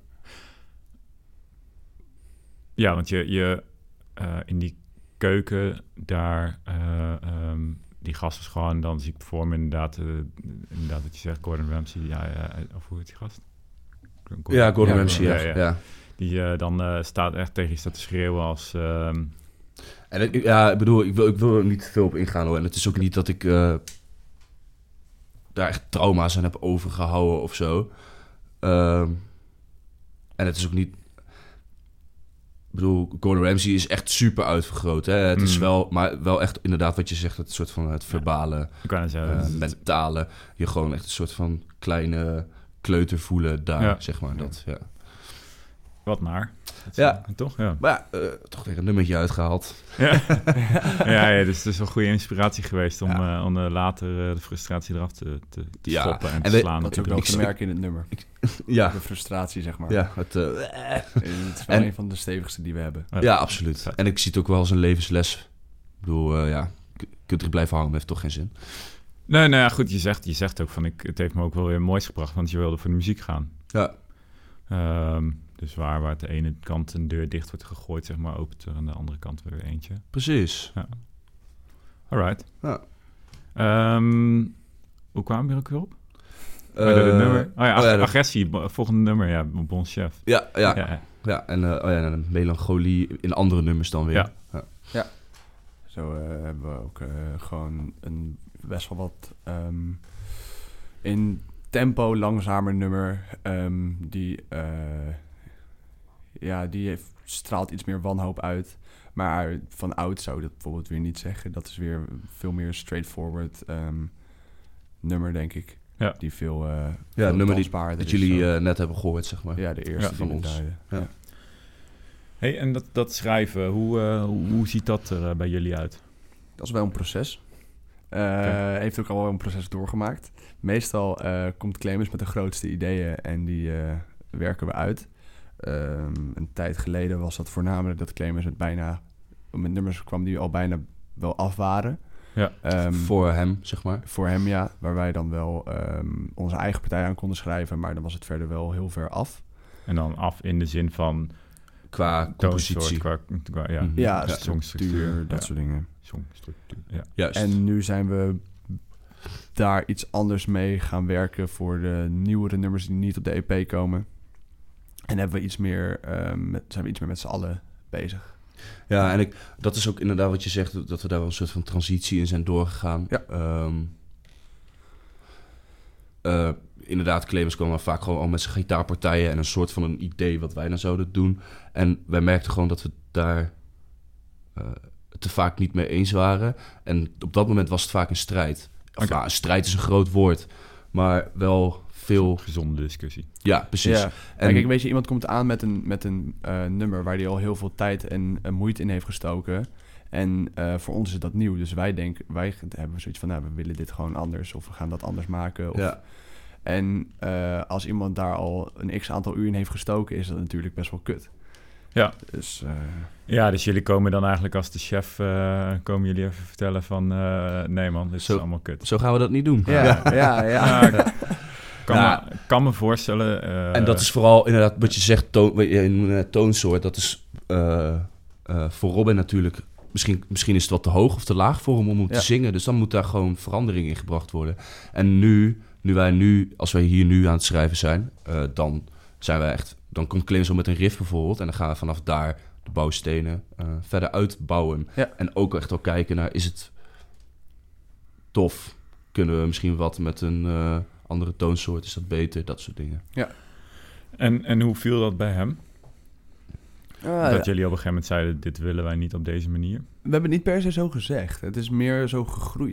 ja want je, je uh, in die keuken daar, uh, um, die gast was gewoon, dan zie ik voor me inderdaad, uh, inderdaad wat je zegt, Gordon Ramsay, ja, ja, of hoe heet die gast? Gordon, ja, Gordon ja, Ramsay, ja. ja, ja. ja. Die uh, dan uh, staat echt tegen je staat te schreeuwen als... Um... En ik, ja, ik bedoel, ik wil, ik wil er niet te veel op ingaan hoor. En het is ook niet dat ik uh, daar echt trauma's aan heb overgehouden of zo. Uh, en het is ook niet... Ik bedoel, Gordon Ramsay is echt super uitvergroot. Hè? Het mm. is wel, maar wel echt inderdaad wat je zegt, het soort van het verbale, ja, uh, mentale. Je gewoon echt een soort van kleine kleuter voelen daar, ja. zeg maar. Dat, ja. Wat maar. Dat ja. Is, toch? Ja. Maar ja, uh, toch weer een nummertje uitgehaald. Ja, ja, ja, dus het is wel goede inspiratie geweest om, ja. uh, om uh, later uh, de frustratie eraf te, te, te ja. stoppen en, en te we, slaan. Dat is ook wel te merken in het nummer. Ik, ja. De frustratie, zeg maar. Ja, het, uh, het is wel en, een van de stevigste die we hebben. Ja, ja, absoluut. En ik zie het ook wel als een levensles. Ik bedoel, uh, ja, je kunt er blijven hangen, heeft toch geen zin. Nee, nou ja, goed, je zegt, je zegt ook van, ik, het heeft me ook wel weer moois gebracht, want je wilde voor de muziek gaan. Ja. Um, dus waar, waar aan de ene kant een deur dicht wordt gegooid, zeg maar, opent er aan de andere kant weer eentje. Precies. Ja. Alright. Ja. Um, hoe kwamen we er ook weer op? Uh, oh, de nummer. Oh ja, ag- oh ja, agressie, volgende nummer, ja, Bon Chef. Ja, ja. ja, ja. ja en uh, oh ja, en melancholie in andere nummers dan weer. Ja. Ja. ja. Zo uh, hebben we ook uh, gewoon een best wel wat um, in tempo langzamer nummer. Um, die, uh, ja, die heeft, straalt iets meer wanhoop uit. Maar van oud zou dat bijvoorbeeld weer niet zeggen. Dat is weer veel meer straightforward um, nummer, denk ik. Ja. Die veel, uh, ja, veel nummer die, dat jullie uh, net hebben gehoord, zeg maar. Ja, de eerste ja, van ons. Ja. Ja. Hey, en dat, dat schrijven, hoe, uh, hoe ziet dat er uh, bij jullie uit? Dat is wel een proces. Uh, okay. Heeft ook al wel een proces doorgemaakt. Meestal uh, komt Clemens met de grootste ideeën en die uh, werken we uit. Um, een tijd geleden was dat voornamelijk dat Clemens met bijna... met nummers kwam die al bijna wel af waren. Ja. Um, voor hem, zeg maar. Voor hem, ja. Waar wij dan wel um, onze eigen partij aan konden schrijven, maar dan was het verder wel heel ver af. En dan af in de zin van... Qua compositie. Qua, qua, ja, mm-hmm. ja, ja songstructuur, dat ja. soort dingen. Songstructuur, ja. Juist. En nu zijn we daar iets anders mee gaan werken voor de nieuwere nummers die niet op de E P komen. En hebben we iets meer, um, met, zijn we iets meer met z'n allen bezig. Ja, en ik, dat is ook inderdaad wat je zegt, dat we daar wel een soort van transitie in zijn doorgegaan. Ja. Um, uh, inderdaad, Clemens kwam dan vaak gewoon al met zijn gitaarpartijen en een soort van een idee wat wij dan zouden doen. En wij merkten gewoon dat we daar uh, te vaak niet mee eens waren. En op dat moment was het vaak een strijd. Of okay. nou, een strijd is een groot woord, maar wel veel... Gezonde discussie. Ja, precies. Ja. En kijk, weet je, iemand komt aan met een, met een uh, nummer waar hij al heel veel tijd en uh, moeite in heeft gestoken. En uh, voor ons is dat nieuw. Dus wij denken, wij hebben zoiets van, nou, we willen dit gewoon anders. Of we gaan dat anders maken. Of, ja. En uh, als iemand daar al een x-aantal uur in heeft gestoken, is dat natuurlijk best wel kut. Ja. Dus, uh... ja, dus jullie komen dan eigenlijk als de chef, uh, komen jullie even vertellen van, uh, nee man, dit zo, is allemaal kut. Zo gaan we dat niet doen. Ja, ja, ja. ja. ja kan, ja. Me, kan me voorstellen. Uh, en dat is vooral inderdaad wat je zegt, toon, uh, toonsoort, dat is uh, uh, voor Robin natuurlijk, misschien, misschien is het wat te hoog of te laag voor hem om, om ja. te zingen. Dus dan moet daar gewoon verandering in gebracht worden. En nu, nu wij nu, als wij hier nu aan het schrijven zijn, uh, dan zijn wij echt, dan komt Clemens al met een riff bijvoorbeeld en dan gaan we vanaf daar de bouwstenen uh, verder uitbouwen. Ja. En ook echt wel kijken naar, is het tof? Kunnen we misschien wat met een uh, andere toonsoort? Is dat beter? Dat soort dingen. Ja. En, en hoe viel dat bij hem? Ah, dat ja. jullie op een gegeven moment zeiden, dit willen wij niet op deze manier? We hebben het niet per se zo gezegd. Het is meer zo gegroeid.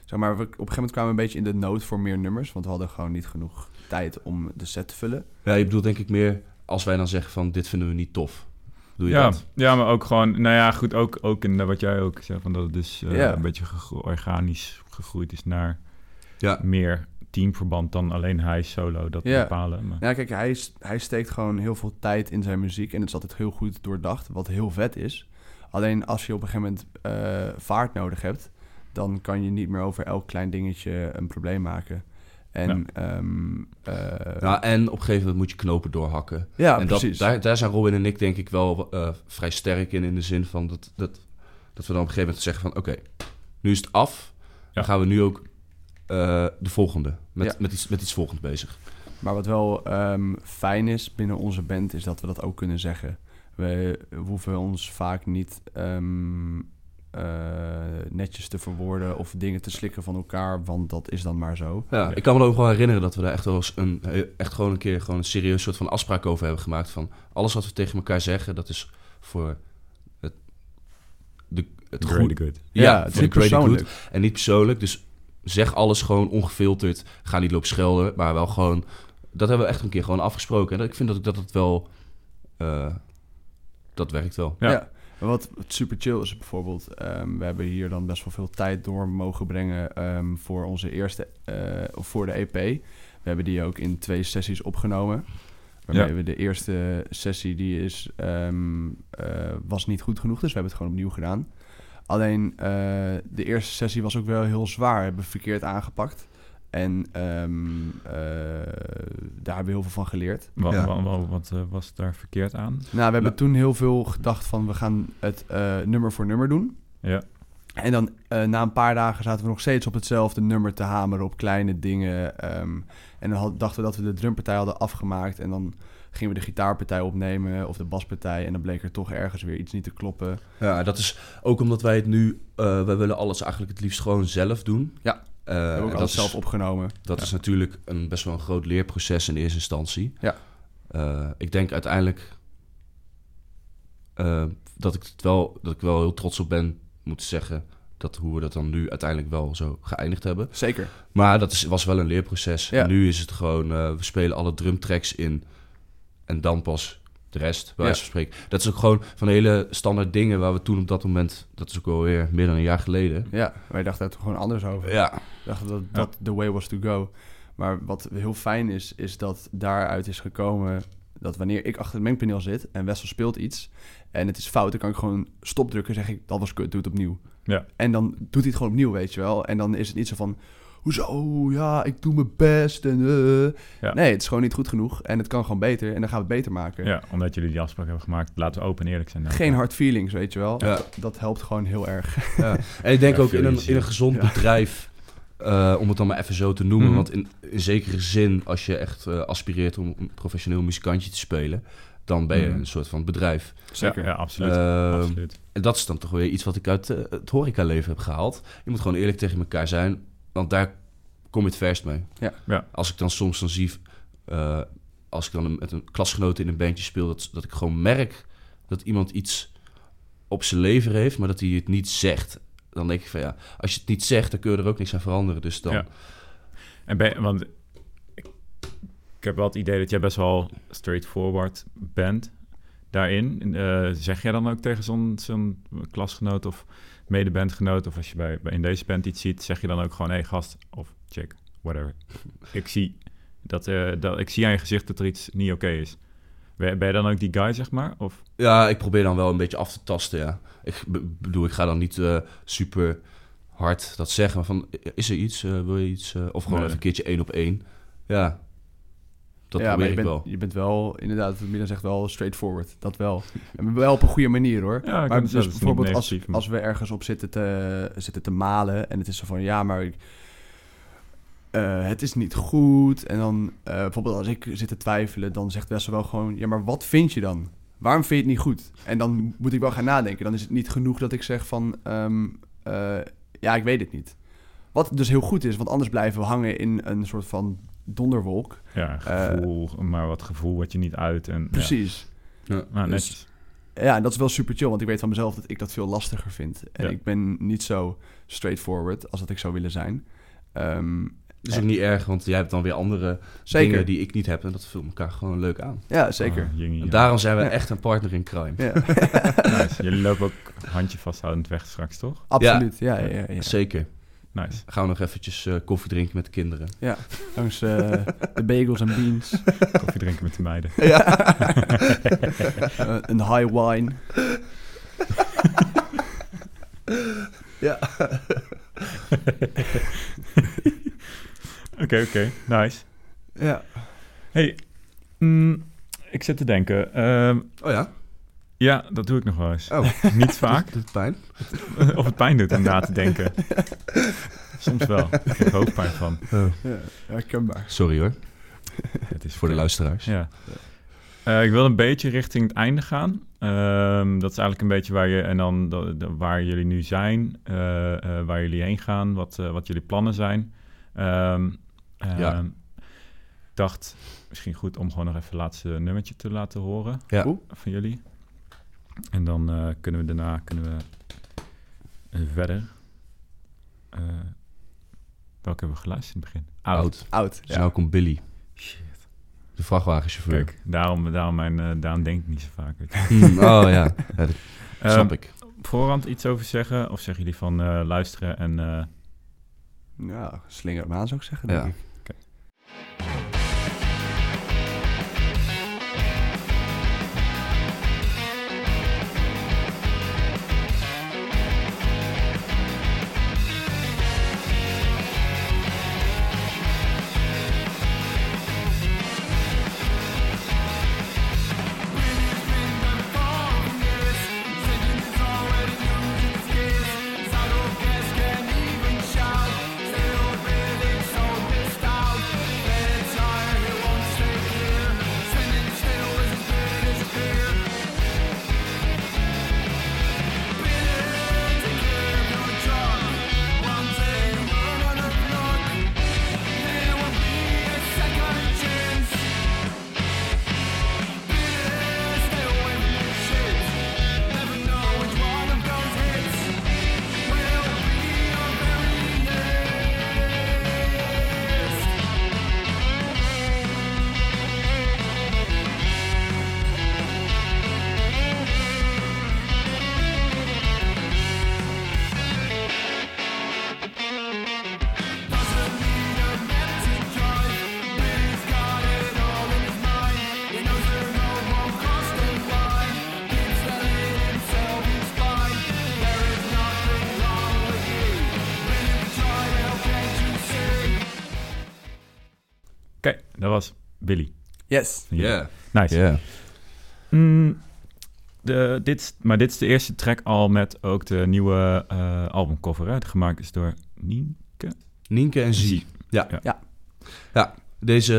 zeg maar, we, op een gegeven moment kwamen we een beetje in de nood voor meer nummers, want we hadden gewoon niet genoeg tijd om de set te vullen. Ja, je bedoelt denk ik meer als wij dan zeggen van dit vinden we niet tof. Doe je ja, dat? ja, maar ook gewoon, nou ja, goed, ook, ook in wat jij ook zei, van dat het dus uh, Ja. een beetje gegro- organisch gegroeid is naar Ja. meer teamverband dan alleen hij solo dat Ja. bepalen. Maar, Ja, kijk, hij, s- hij steekt gewoon heel veel tijd in zijn muziek en het is altijd heel goed doordacht, wat heel vet is. Alleen als je op een gegeven moment uh, vaart nodig hebt, dan kan je niet meer over elk klein dingetje een probleem maken. En ja, um, uh, ja, en op een gegeven moment moet je knopen doorhakken. ja en precies. Dat, daar, daar zijn Robin en ik denk ik wel uh, vrij sterk in, in de zin van dat, dat, dat we dan op een gegeven moment zeggen van oké, okay, nu is het af. Ja. Dan gaan we nu ook uh, de volgende, met, ja. met, iets, met iets volgends bezig. Maar wat wel um, fijn is binnen onze band, is dat we dat ook kunnen zeggen. We, we hoeven ons vaak niet um, uh, netjes te verwoorden of dingen te slikken van elkaar, want dat is dan maar zo. Ja, ik kan me ook wel herinneren dat we daar echt wel eens een, echt gewoon een keer gewoon een serieus soort van afspraak over hebben gemaakt van alles wat we tegen elkaar zeggen, dat is voor het, de, het goede good. Ja, ja, voor niet de persoonlijk. Good en niet persoonlijk. Dus zeg alles gewoon ongefilterd. Ga niet lopen schelden, maar wel gewoon. Dat hebben we echt een keer gewoon afgesproken. En ik vind dat dat het wel. Uh, dat werkt wel. Ja. ja. Wat super chill is bijvoorbeeld, um, we hebben hier dan best wel veel tijd door mogen brengen um, voor onze eerste, uh, of voor de E P. We hebben die ook in twee sessies opgenomen. Waarmee ja. we de eerste sessie, die is, um, uh, was niet goed genoeg, dus we hebben het gewoon opnieuw gedaan. Alleen uh, de eerste sessie was ook wel heel zwaar, we hebben verkeerd aangepakt. En um, uh, daar hebben we heel veel van geleerd. Wat, ja. wat, wat, wat uh, was daar verkeerd aan? Nou, we hebben nou. toen heel veel gedacht van we gaan het uh, nummer voor nummer doen. Ja. En dan uh, na een paar dagen zaten we nog steeds op hetzelfde nummer te hameren op kleine dingen. Um, en dan had, dachten we dat we de drumpartij hadden afgemaakt. En dan gingen we de gitaarpartij opnemen of de baspartij. En dan bleek er toch ergens weer iets niet te kloppen. Ja, dat is ook omdat wij het nu... Uh, wij willen alles eigenlijk het liefst gewoon zelf doen. Ja. Uh, we hebben ook alles zelf opgenomen. Dat ja. is natuurlijk een best wel een groot leerproces in eerste instantie. Ja. Uh, ik denk uiteindelijk uh, dat ik het wel dat ik wel heel trots op ben, moet zeggen, dat hoe we dat dan nu uiteindelijk wel zo geëindigd hebben. Zeker. Maar dat is, was wel een leerproces. Ja. En nu is het gewoon, uh, we spelen alle drumtracks in en dan pas de rest, bij wijze van spreken. Dat is ook gewoon van hele standaard dingen waar we toen op dat moment, dat is ook alweer meer dan een jaar geleden. Ja, wij dachten daar gewoon anders over. Ja. We dachten dat dat ja. the way was to go. Maar wat heel fijn is, is dat daaruit is gekomen dat wanneer ik achter het mengpaneel zit en Wessel speelt iets en het is fout, dan kan ik gewoon stopdrukken en zeg ik, dat was kut, doe het opnieuw. Ja. En dan doet hij het gewoon opnieuw, weet je wel. En dan is het niet zo van, hoezo, ja, ik doe mijn best en uh. ja. Nee, het is gewoon niet goed genoeg en het kan gewoon beter en dan gaan we het beter maken. Ja, omdat jullie die afspraak hebben gemaakt, laten we open en eerlijk zijn. Nou. Geen hard feelings, weet je wel. Ja. Dat, dat helpt gewoon heel erg. Ja. En ik denk ja, ook in een, in een gezond ja. bedrijf, uh, om het dan maar even zo te noemen, mm-hmm. want in, in zekere zin, als je echt uh, aspireert om een professioneel muzikantje te spelen, dan ben je mm. een soort van bedrijf. Zeker, ja, ja absoluut. Uh, absoluut. En dat is dan toch weer iets wat ik uit uh, het horecaleven heb gehaald. Je moet gewoon eerlijk tegen elkaar zijn, want daar kom je het verst mee. Ja. Ja. Als ik dan soms dan zie, uh, als ik dan met een klasgenoot in een bandje speel, dat, dat ik gewoon merk dat iemand iets op zijn lever heeft, maar dat hij het niet zegt. Dan denk ik van ja, als je het niet zegt, dan kun je er ook niks aan veranderen. Dus dan... Ja. En ben, want ik, ik heb wel het idee dat jij best wel straightforward bent daarin. Uh, zeg jij dan ook tegen zo'n, zo'n klasgenoot of medebandgenoot, of als je bij, bij in deze band iets ziet, zeg je dan ook gewoon, hé hey, gast, of chick, whatever. Ik zie, dat, uh, dat, ik zie aan je gezicht dat er iets niet oké okay is. Ben, ben je dan ook die guy, zeg maar? Of? Ja, ik probeer dan wel een beetje af te tasten, ja. Ik bedoel, ik ga dan niet uh, super hard dat zeggen, maar van, is er iets, uh, wil je iets, uh, of gewoon nee. even een keertje één op één. Ja, dat ja, probeer je ik bent, wel. Je bent wel, inderdaad, wat Milan zegt, wel straightforward. Dat wel. En wel op een goede manier, hoor. Ja, maar dus bijvoorbeeld als, als we ergens op zitten te, zitten te malen en het is zo van, ja, maar ik, uh, het is niet goed. En dan, uh, bijvoorbeeld als ik zit te twijfelen, dan zegt Wessel wel gewoon, ja, maar wat vind je dan? Waarom vind je het niet goed? En dan moet ik wel gaan nadenken. Dan is het niet genoeg dat ik zeg van, um, uh, ja, ik weet het niet. Wat dus heel goed is, want anders blijven we hangen in een soort van donderwolk. Ja, gevoel, uh, maar wat gevoel wat je niet uit. En, precies. Ja. Ja, nou, netjes. ja, en dat is wel super chill, want ik weet van mezelf dat ik dat veel lastiger vind. En Ja. ik ben niet zo straightforward als dat ik zou willen zijn. Um, Dat is ook niet erg, want jij hebt dan weer andere Zeker. dingen die ik niet heb. En dat vult elkaar gewoon leuk aan. Ja, zeker. Oh, jingie, En ja. daarom zijn we Ja. echt een partner in crime. Ja. Nice. Jullie lopen ook handje vasthoudend weg straks, toch? Absoluut, ja. ja, ja, ja. Zeker. Nice. Gaan we nog eventjes uh, koffie drinken met de kinderen. Ja, langs uh, de bagels en beans. Koffie drinken met de meiden. Ja. uh, een high wine. Ja. Oké, oké. Okay, nice. Ja. Hey, mm, ik zit te denken. Uh, Oh ja? Ja, dat doe ik nog wel eens. Oh. Niet vaak. Doet het pijn? Of het pijn doet om na te denken. Soms wel. Ik heb er hoofdpijn van. Oh. Ja, herkenbaar. Sorry hoor. Het is Voor de luisteraars. Ja. Uh, ik wil een beetje richting het einde gaan. Um, dat is eigenlijk een beetje waar je en dan de, de, waar jullie nu zijn, uh, uh, waar jullie heen gaan, wat, uh, wat jullie plannen zijn. Um, uh, Ja. Ik dacht misschien goed om gewoon nog even het laatste nummertje te laten horen Ja. van jullie. En dan uh, kunnen we daarna kunnen we uh, verder. Uh, welke hebben we geluisterd in het begin? Oud. Oud, Dus ja. nou komt Billy, Shit. de vrachtwagenchauffeur. Kijk, daarom, daarom, mijn, uh, daarom denk ik niet zo vaak. Weet je. Hmm, oh ja, ja dat snap Um, ik. Op voorhand iets over zeggen? Of zeggen jullie van uh, luisteren en... Uh... Ja, slinger hem aan zou ik zeggen, denk Ja. ik. Okay. Oké, okay, dat was Billy. Yes. Ja. Yeah. Nice. Yeah. Mm, de, dit is, maar dit is de eerste track al met ook de nieuwe uh, albumcover, hè? Die gemaakt is door Nienke. Nienke en Zie. Ja. Ja. Ja. Ja, deze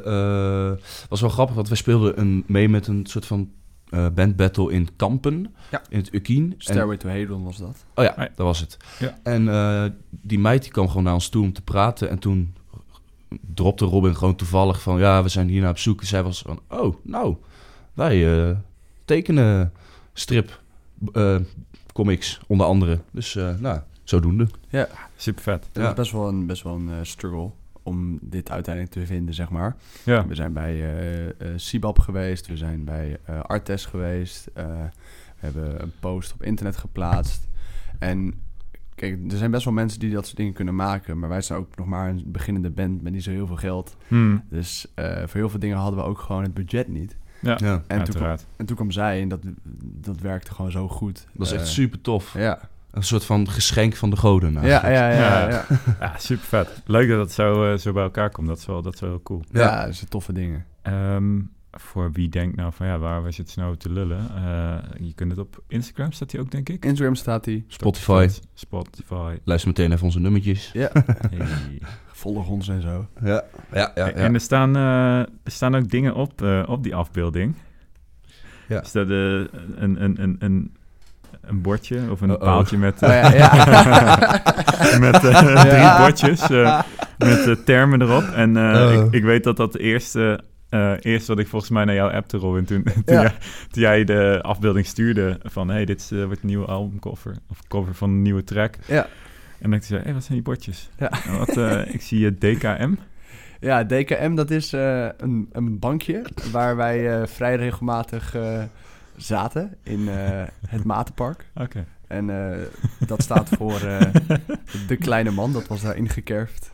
uh, was wel grappig, want wij speelden een, mee met een soort van uh, band battle in Kampen, Ja. in het Ukien. Stairway to Heaven was dat. Oh ja, Ah, ja. dat was het. Ja. En uh, die meid die kwam gewoon naar ons toe om te praten en toen dropte Robin gewoon toevallig van, ja, we zijn hier naar op zoek. En zij was van, oh, nou, wij uh, tekenen strip uh, comics, onder andere. Dus, uh, nou, zodoende. Ja, super vet. dat Ja. was best wel een, best wel een uh, struggle om dit uiteindelijk te vinden, zeg maar. Ja. We zijn bij uh, uh, Sibab geweest, we zijn bij uh, Artes geweest. Uh, we hebben een post op internet geplaatst. En kijk, er zijn best wel mensen die dat soort dingen kunnen maken, maar wij zijn ook nog maar een beginnende band met niet zo heel veel geld. Hmm. Dus uh, voor heel veel dingen hadden we ook gewoon het budget niet. Ja, Ja, En toen, uiteraard. en toen kwam zij en dat, dat werkte gewoon zo goed. dat is echt Uh, super tof. Ja. Een soort van geschenk van de goden. Ja, eigenlijk. ja, ja, ja, Ja. ja. Ja, super vet. Leuk dat het zo, uh, zo bij elkaar komt. Dat is wel, dat is wel heel cool. Ja, Ja. dat zijn toffe dingen. Um, voor wie denkt nou van ja, waar we zitten nou te lullen. Uh, je kunt het op Instagram, staat hij ook, denk ik. Instagram staat die. Spotify. Spotify. Luister meteen even onze nummertjes. Ja, Hey. volg ons en zo. Ja, ja, ja. ja. En er staan, uh, er staan ook dingen op, uh, op die afbeelding. Ja. Er staat uh, een, een, een, een, een bordje of een Uh-oh. paaltje met, uh, Oh, ja, ja. met uh, Ja. drie bordjes uh, met uh, termen erop. En uh, Oh. ik, ik weet dat dat de eerste uh, eerst wat ik volgens mij naar jou appte, Robin, toen, toen, Ja. jij, toen jij de afbeelding stuurde van, hey, dit is, uh, wordt een nieuwe albumcover, of cover van een nieuwe track. Ja. En dan zei ik, hey, wat zijn die bordjes? Ja. En wat, uh, ik zie je D K M. Ja, D K M, dat is uh, een, een bankje waar wij uh, vrij regelmatig uh, zaten in uh, het Matenpark. Oké. Okay. En uh, dat staat voor uh, de kleine man, dat was daar ingekerfd.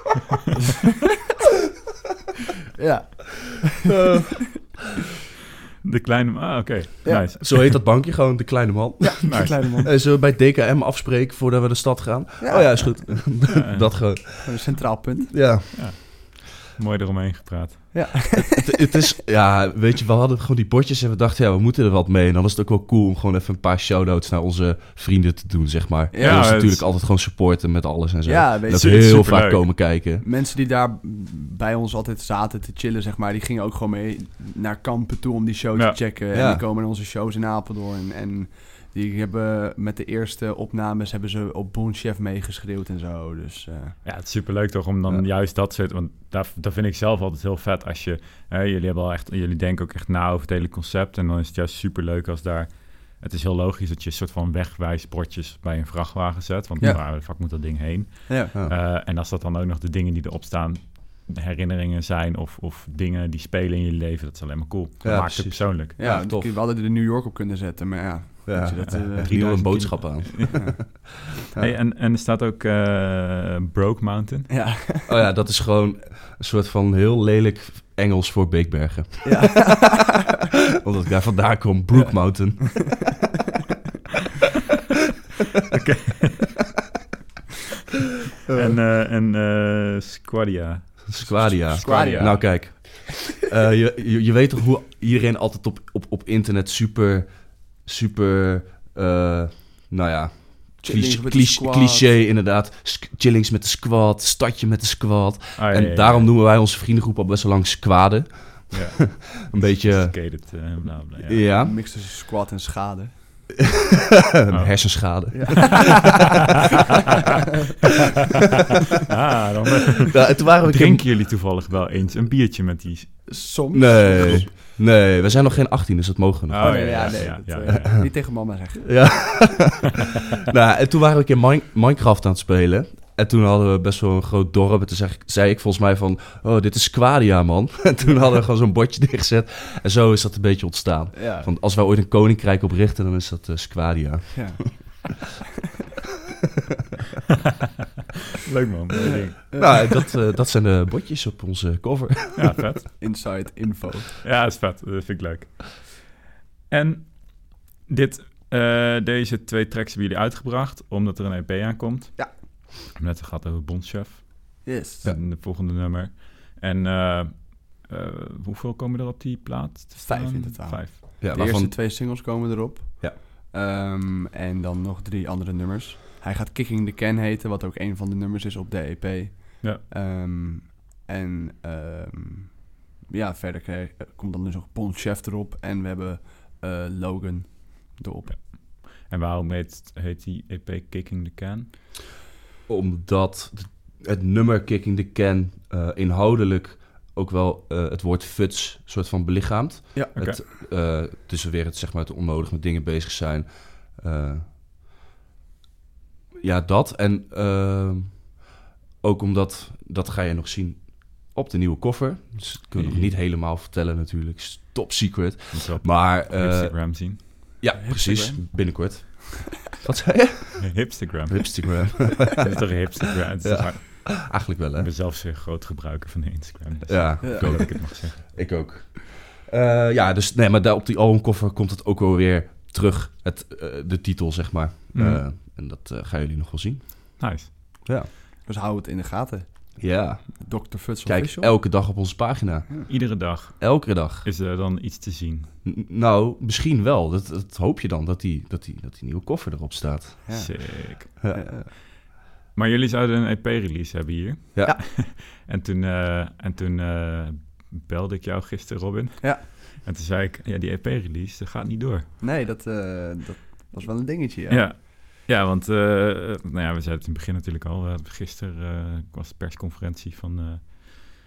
Ja. Uh, de kleine man, ah, oké. Okay. Ja. Nice. Zo heet dat bankje gewoon, de kleine man. Ja, nice. de kleine man. Hey, zullen we bij D K M afspreken voordat we de stad gaan? Ja. Oh ja, is goed. Ja. Dat gewoon. Een centraal punt. Ja. Ja. Mooi eromheen gepraat. Ja. het, het is, ja, weet je, we hadden gewoon die bordjes en we dachten, ja, we moeten er wat mee. En dan is het ook wel cool om gewoon even een paar shout-outs naar onze vrienden te doen, zeg maar. Ja, Ja, ons het natuurlijk is... altijd gewoon supporten met alles en zo. Ja, weet en dat je, ze heel superleuk. vaak komen kijken. Mensen die daar bij ons altijd zaten te chillen, zeg maar, die gingen ook gewoon mee naar Kampen toe om die show Ja. te checken. Ja. En die komen naar onze shows in Apeldoorn. En die hebben met de eerste opnames hebben ze op Bonchef meegeschreeuwd en zo. Dus, uh... Ja, het is superleuk toch om dan Ja. juist dat soort... Want daar, dat vind ik zelf altijd heel vet als je... Hè, jullie, hebben al echt, jullie denken ook echt na over het hele concept. En dan is het juist superleuk als daar... Het is heel logisch dat je een soort van wegwijsbordjes bij een vrachtwagen zet. Want Ja. waar de fuck moet dat ding heen? ja. Ja. Uh, en als dat dan ook nog de dingen die erop staan... de herinneringen zijn of, of dingen die spelen in je leven... dat is alleen maar cool. Dat Ja, maakt precies. het persoonlijk. Ja, Ja, die- tof. we hadden er de New York op kunnen zetten, maar ja. Ja, weet je, dat, uh, er drie- nieuwe boodschap aan. ja. Hey, en, en er staat ook uh, Broke Mountain. Ja. Oh ja, dat is gewoon een soort van heel lelijk Engels voor Beekbergen. Ja. Omdat ik daar vandaan kom, Brook Ja. Mountain. Oké. En, uh, en uh, Squadia. Squadia. Squadia. Nou kijk, uh, je, je, je weet toch hoe iedereen altijd op, op, op internet super, super, uh, nou ja, Chillings cliché, met de cliché, squad. cliché inderdaad. Sk- chillings met de squad, stadje met de squad. Ah, ja, en ja, ja. daarom noemen wij onze vriendengroep al best wel lang squaden. Ja. Een beetje, Sophisticated, uh, bla, bla, ja. ja, Een mix tussen squat en schade. een hersenschade. Ja. ah, dan Ja, en toen waren we drinken jullie toevallig wel eens een biertje met die... Soms. Nee, nee, we zijn nog geen achttien, dus dat mogen we nog. Oh, Oh, ja, ja, ja, nee. ja, dat, ja, uh, ja. Niet tegen mama zeggen. Ja. Nou, en toen waren we een keer Mine- Minecraft aan het spelen. En toen hadden we best wel een groot dorp. En toen zei ik, zei ik volgens mij van... Oh, dit is Squadia, man. En toen hadden we gewoon zo'n bordje neergezet. En zo is dat een beetje ontstaan. Ja. Van, als wij ooit een koninkrijk oprichten, dan is dat uh, Squadia. Ja. Leuk man, mooi ding. Nou, dat, uh, dat zijn de bordjes op onze cover. Ja, vet. Inside info. Ja, dat is vet. Dat vind ik leuk. En dit, uh, deze twee tracks hebben jullie uitgebracht, omdat er een E P aankomt. Ja. We hebben net gehad over Bonchef. Yes. Ja. De volgende nummer. En uh, uh, hoeveel komen er op die plaat te staan? Vijf in totaal. Vijf. Ja, De waarvan... eerste twee singles komen erop. Ja. Um, en dan nog drie andere nummers. Hij gaat Kicking the Can heten, wat ook een van de nummers is op de E P. Ja. Um, en um, ja, verder krijg, komt dan dus nog Bon Chef erop. En we hebben uh, Logan erop. Ja. En waarom heet, heet die E P Kicking the Can? Omdat het nummer Kicking the Can uh, inhoudelijk ook wel uh, het woord futs soort van belichaamt. Ja. Okay. Het, uh, dus weer het, zeg maar, het onnodig met dingen bezig zijn. Uh, ja, dat. En uh, ook omdat, dat ga je nog zien op de nieuwe koffer. Dus dat kunnen we nog niet helemaal vertellen natuurlijk. Is top secret. Maar, uh, Instagram zien. Ja, Hipstagram. precies. Binnenkort. Wat zei je? Hipstagram. Hipstagram. Dat is toch Hipstagram? Het is Ja. toch hard. Eigenlijk wel, hè? Ik ben zelf zeer groot gebruiker van Instagram. Dus Ja, Ja. ik hoop dat ik het mag zeggen. ik ook. Uh, ja, dus nee, maar daar op die albumkoffer komt het ook wel weer terug. Het, uh, de titel, zeg maar. Mm. Uh, en dat uh, gaan jullie nog wel zien. Nice. Ja. Dus hou het in de gaten. Ja. dokter Futs Kijk, Official. elke dag op onze pagina. Ja. Iedere dag Elke dag. is er dan iets te zien. N- nou, misschien wel. Dat, dat hoop je dan, dat die, dat, die, dat die nieuwe koffer erop staat. Ja. Sick. Ja. Ja. Maar jullie zouden een E P-release hebben hier. Ja. Ja. en toen, uh, en toen uh, belde ik jou gisteren, Robin. Ja. En toen zei ik, ja, die E P-release, dat gaat niet door. Nee, dat, uh, dat was wel een dingetje, ja. Ja, ja want uh, nou ja, we zeiden het in het begin natuurlijk al. Uh, gisteren uh, was de persconferentie van, uh,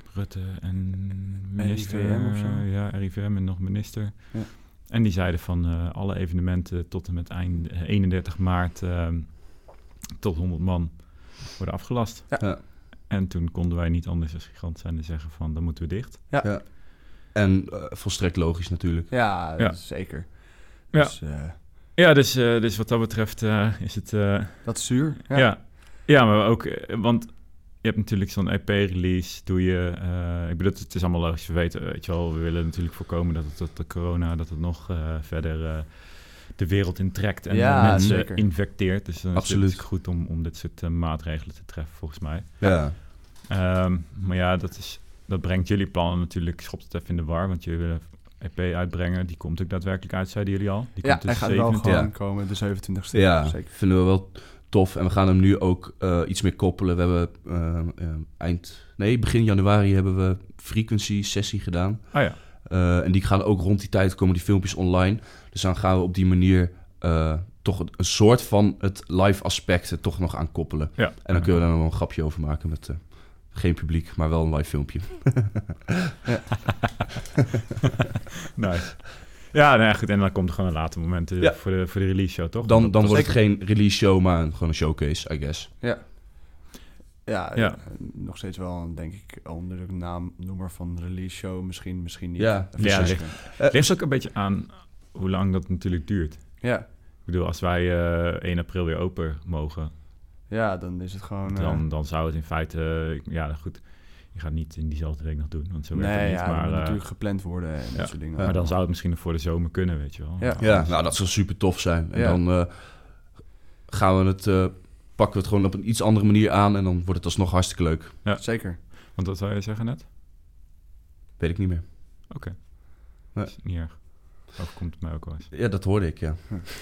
Rutte en minister. R I V M of zo? Ja, R I V M en nog minister. Ja. En die zeiden van uh, alle evenementen tot en met eind, uh, eenendertig maart uh, tot honderd man worden afgelast. Ja. Ja. En toen konden wij niet anders als Gigant zijn te zeggen van dan moeten we dicht. Ja. Ja. En uh, volstrekt logisch natuurlijk. Ja, Ja. zeker. Ja. Dus, uh, Ja, dus, uh, dus wat dat betreft uh, is het... Uh, dat is zuur. ja. Ja. ja. Ja, maar ook... Uh, want je hebt natuurlijk zo'n E P-release, doe je... Uh, ik bedoel, het is allemaal logisch. We weten, weet je wel, we willen natuurlijk voorkomen dat het dat de corona... dat het nog uh, verder uh, de wereld intrekt en Ja, mensen zeker. infecteert. Dus dan Absoluut. is het goed om, om dit soort uh, maatregelen te treffen, volgens mij. Ja. Um, maar ja, dat, is, dat brengt jullie plannen natuurlijk... schopt het even in de war, want jullie willen E P uitbrengen. Die komt ook daadwerkelijk uit, zeiden jullie al. Die Ja, komt hij dus gaat wel zevenentwintig. gewoon Ja. komen, de zevenentwintigste. Ja, Zeker. vinden we wel tof. En we gaan hem nu ook uh, iets meer koppelen. We hebben uh, uh, eind... Nee, begin januari hebben we frequency sessie gedaan. Ah ja. Uh, en die gaan ook rond die tijd komen die filmpjes online. Dus dan gaan we op die manier uh, toch een, een soort van het live aspect er toch nog aan koppelen. Ja. En dan kunnen we daar nog wel een grapje over maken met uh, geen publiek, maar wel een live filmpje. Nice. Ja, nee, goed. En dan komt er gewoon een later moment uh, Ja. voor, de, voor de release show, toch? Dan, Dat- dan dat wordt is- het geen release show, maar een, gewoon een showcase, I guess. Ja. Ja, Ja. eh, nog steeds wel, denk ik, onder de naamnoemer van release show. Misschien, misschien niet. Ja. Even Ja, zeggen. Het ligt ook een beetje aan hoe lang dat natuurlijk duurt. ja. Ik bedoel, als wij uh, één april weer open mogen, Ja, dan is het gewoon... eh, dan, dan zou het in feite... uh, ja, goed. Je gaat niet in diezelfde week nog doen, want zo werkt nee, het niet. ja, maar, dat moet uh, natuurlijk gepland worden en ja. dat soort dingen. maar dan zou het misschien nog voor de zomer kunnen, weet je wel. Ja. Ja, nou dat zou super tof zijn. En Ja. dan uh, gaan we het, uh, pakken we het gewoon op een iets andere manier aan en dan wordt het alsnog hartstikke leuk. Ja. Zeker. Want wat zou je zeggen net? Weet ik niet meer. Oké. Okay. Nee. Dat is niet erg. Overkomt het mij ook wel eens. Ja, dat hoorde ik, ja.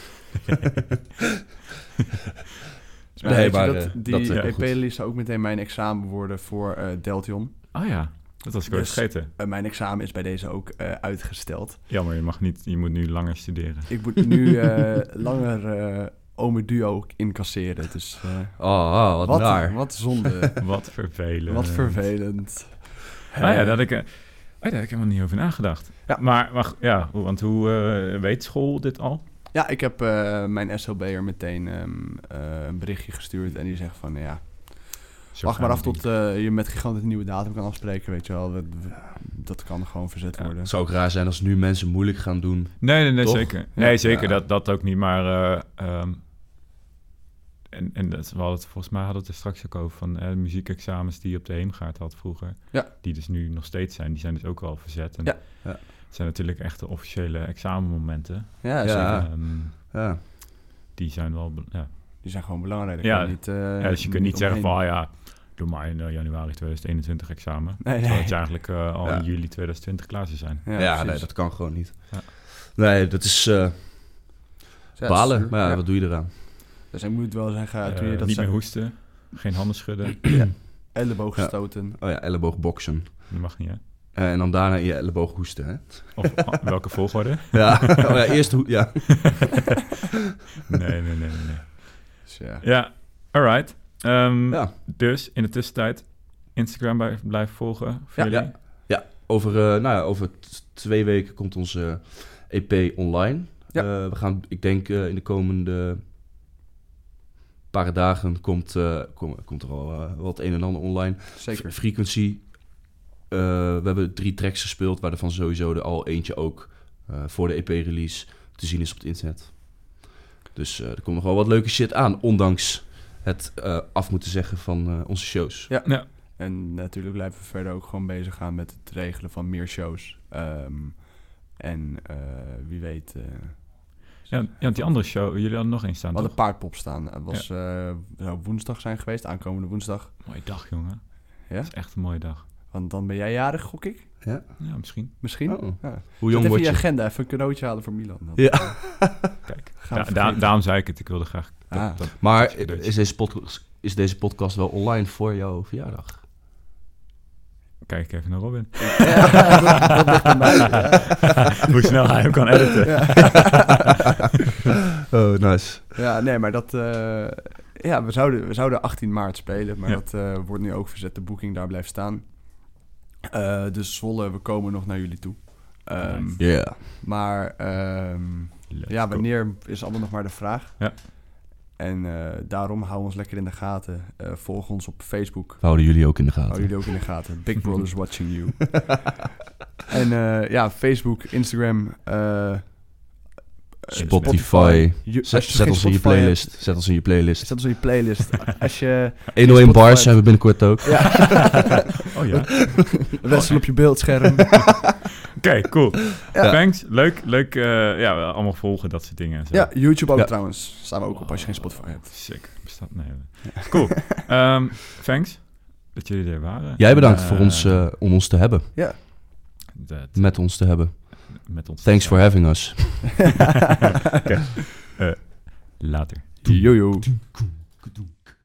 Dus maar Nee, weet je maar, dat, uh, die dat, uh, E goed. P-release zou ook meteen mijn examen worden voor uh, Deltion. Oh ja, dat was ik wel Dus- vergeten. Uh, mijn examen is bij deze ook uh, uitgesteld. Jammer, je mag niet, je moet nu langer studeren. Ik moet nu uh, langer uh, Ome Duo incasseren. Dus uh, Oh, oh wat, wat, naar. wat zonde. Wat vervelend. Wat vervelend. Ah ja, daar had ik, uh, oh, daar heb ik helemaal niet over nagedacht. Ja. Maar, maar ja, hoe- want hoe uh, weet school dit al? Ja, ik heb uh, mijn S L B'er meteen um, uh, een berichtje gestuurd. En die zegt van, uh, ja, Zo wacht gaan maar af die- tot uh, je met Gigant een nieuwe datum kan afspreken. Weet je wel, dat, dat kan gewoon verzet Ja. worden. Het zou ook raar zijn als nu mensen moeilijk gaan doen. Nee, nee, nee, Toch? zeker. Nee, Ja. zeker, Ja. dat, dat ook niet. Maar, uh, um, en, en dat, we hadden het, volgens mij hadden we het er straks ook over van uh, muziekexamens die je op de Heemgaard had vroeger. Ja. Die dus nu nog steeds zijn. Die zijn dus ook wel verzet. En Ja. Ja. Het zijn natuurlijk echt de officiële examenmomenten. Ja, Ja. zeker. Ehm, Ja. die zijn wel... be- Ja. Die zijn gewoon belangrijk. Ja. Ja, niet, uh, Ja, dus je kunt niet zeggen van, omheen. oh ja, doe maar in uh, januari tweeduizend eenentwintig examen. Nee, Terwijl nee. het eigenlijk uh, al Ja. in juli tweeduizend twintig klaar zou zijn. Ja, precies. nee, dat kan gewoon niet. Ja. Nee, dat is uh, Ja, balen. zuur. Maar ja, Ja. wat doe je eraan? Dus ik moet wel zeggen, toen Uh, je dat niet zei, meer hoesten, geen handen schudden. elleboog Ja. gestoten. Oh ja, elleboog boksen. Dat mag niet, hè? Uh, en dan daarna in je elleboog hoesten, hè? Of ah, welke volgorde? Ja, oh ja eerst hoe... Ja. Nee, nee, nee, nee. nee. Dus ja. Ja, alright. Um, ja. Dus in de tussentijd Instagram bij, blijven volgen voor Ja, jullie. ja. Over, uh, nou ja, over t- twee weken komt onze E P online. Ja. Uh, we gaan, ik denk uh, in de komende paar dagen komt, uh, kom, komt er al uh, wat een en ander online. Zeker. F- Frequency. Uh, we hebben drie tracks gespeeld, waarvan sowieso er al eentje ook uh, voor de E P-release te zien is op het internet. Dus uh, er komt nog wel wat leuke shit aan, ondanks het uh, af moeten zeggen van uh, onze shows. Ja. Ja. En natuurlijk blijven we verder ook gewoon bezig gaan met het regelen van meer shows. Um, en uh, wie weet... Uh, Ja, ja, want die andere show, jullie hadden nog eens staan, we hadden toch? paardpop staan. Het was, uh, zou woensdag zijn geweest, aankomende woensdag. Mooie dag, jongen. Ja? Dat is echt een mooie dag. Want dan ben jij jarig, gok ik? Ja? Ja, misschien. Misschien? Oh. Ja. Hoe Zet jong even word je je? agenda, even een cadeautje halen voor Milan. Dan. Ja. Kijk, Gaan we da- da- vergeten. daarom zei ik het. Ik wilde graag... dat- Ah. dat- Maar dat cadeautje. is deze, podcast, is deze podcast wel online voor jouw verjaardag? Kijk even naar Robin. Ja, dat, dat ligt aan mij. Ja. Hoe snel hij hem kan editen. Oh, nice. Ja, nee, maar dat... Uh, ja, we zouden, we zouden achttien maart spelen, maar Ja. dat uh, wordt nu ook verzet. De boeking daar blijft staan. Uh, dus Zwolle, we komen nog naar jullie toe. Um, Ja. Yeah. maar um, ja, wanneer is allemaal nog maar de vraag. Ja. En uh, daarom hou ons lekker in de gaten. Uh, volg ons op Facebook. We houden jullie ook in de gaten. Hou jullie ook in de gaten. Big Brother's watching you. En uh, ja, Facebook, Instagram, uh, Spotify. Spotify. Je, Zet, je zet ons in je Spotify playlist. hebt, Zet ons in je playlist. zet ons in je playlist. Als je honderdéén bars zijn we binnenkort ook. Ja. Oh ja. Wessel op je beeldscherm. Oké, okay, cool. Ja. Thanks. Leuk, leuk. Uh, ja, allemaal volgen, dat soort dingen. Zo. Ja, YouTube ook ja. trouwens. Staan we ook op als je geen Spotify hebt. Sick. Bestaat, nee. Ja. Cool. Um, thanks dat jullie er waren. Jij bedankt uh, voor ons, uh, om ons te hebben. Ja. Dat, Met ons te hebben. Met ons. Thanks for having us. Okay. Uh, later. Jojo.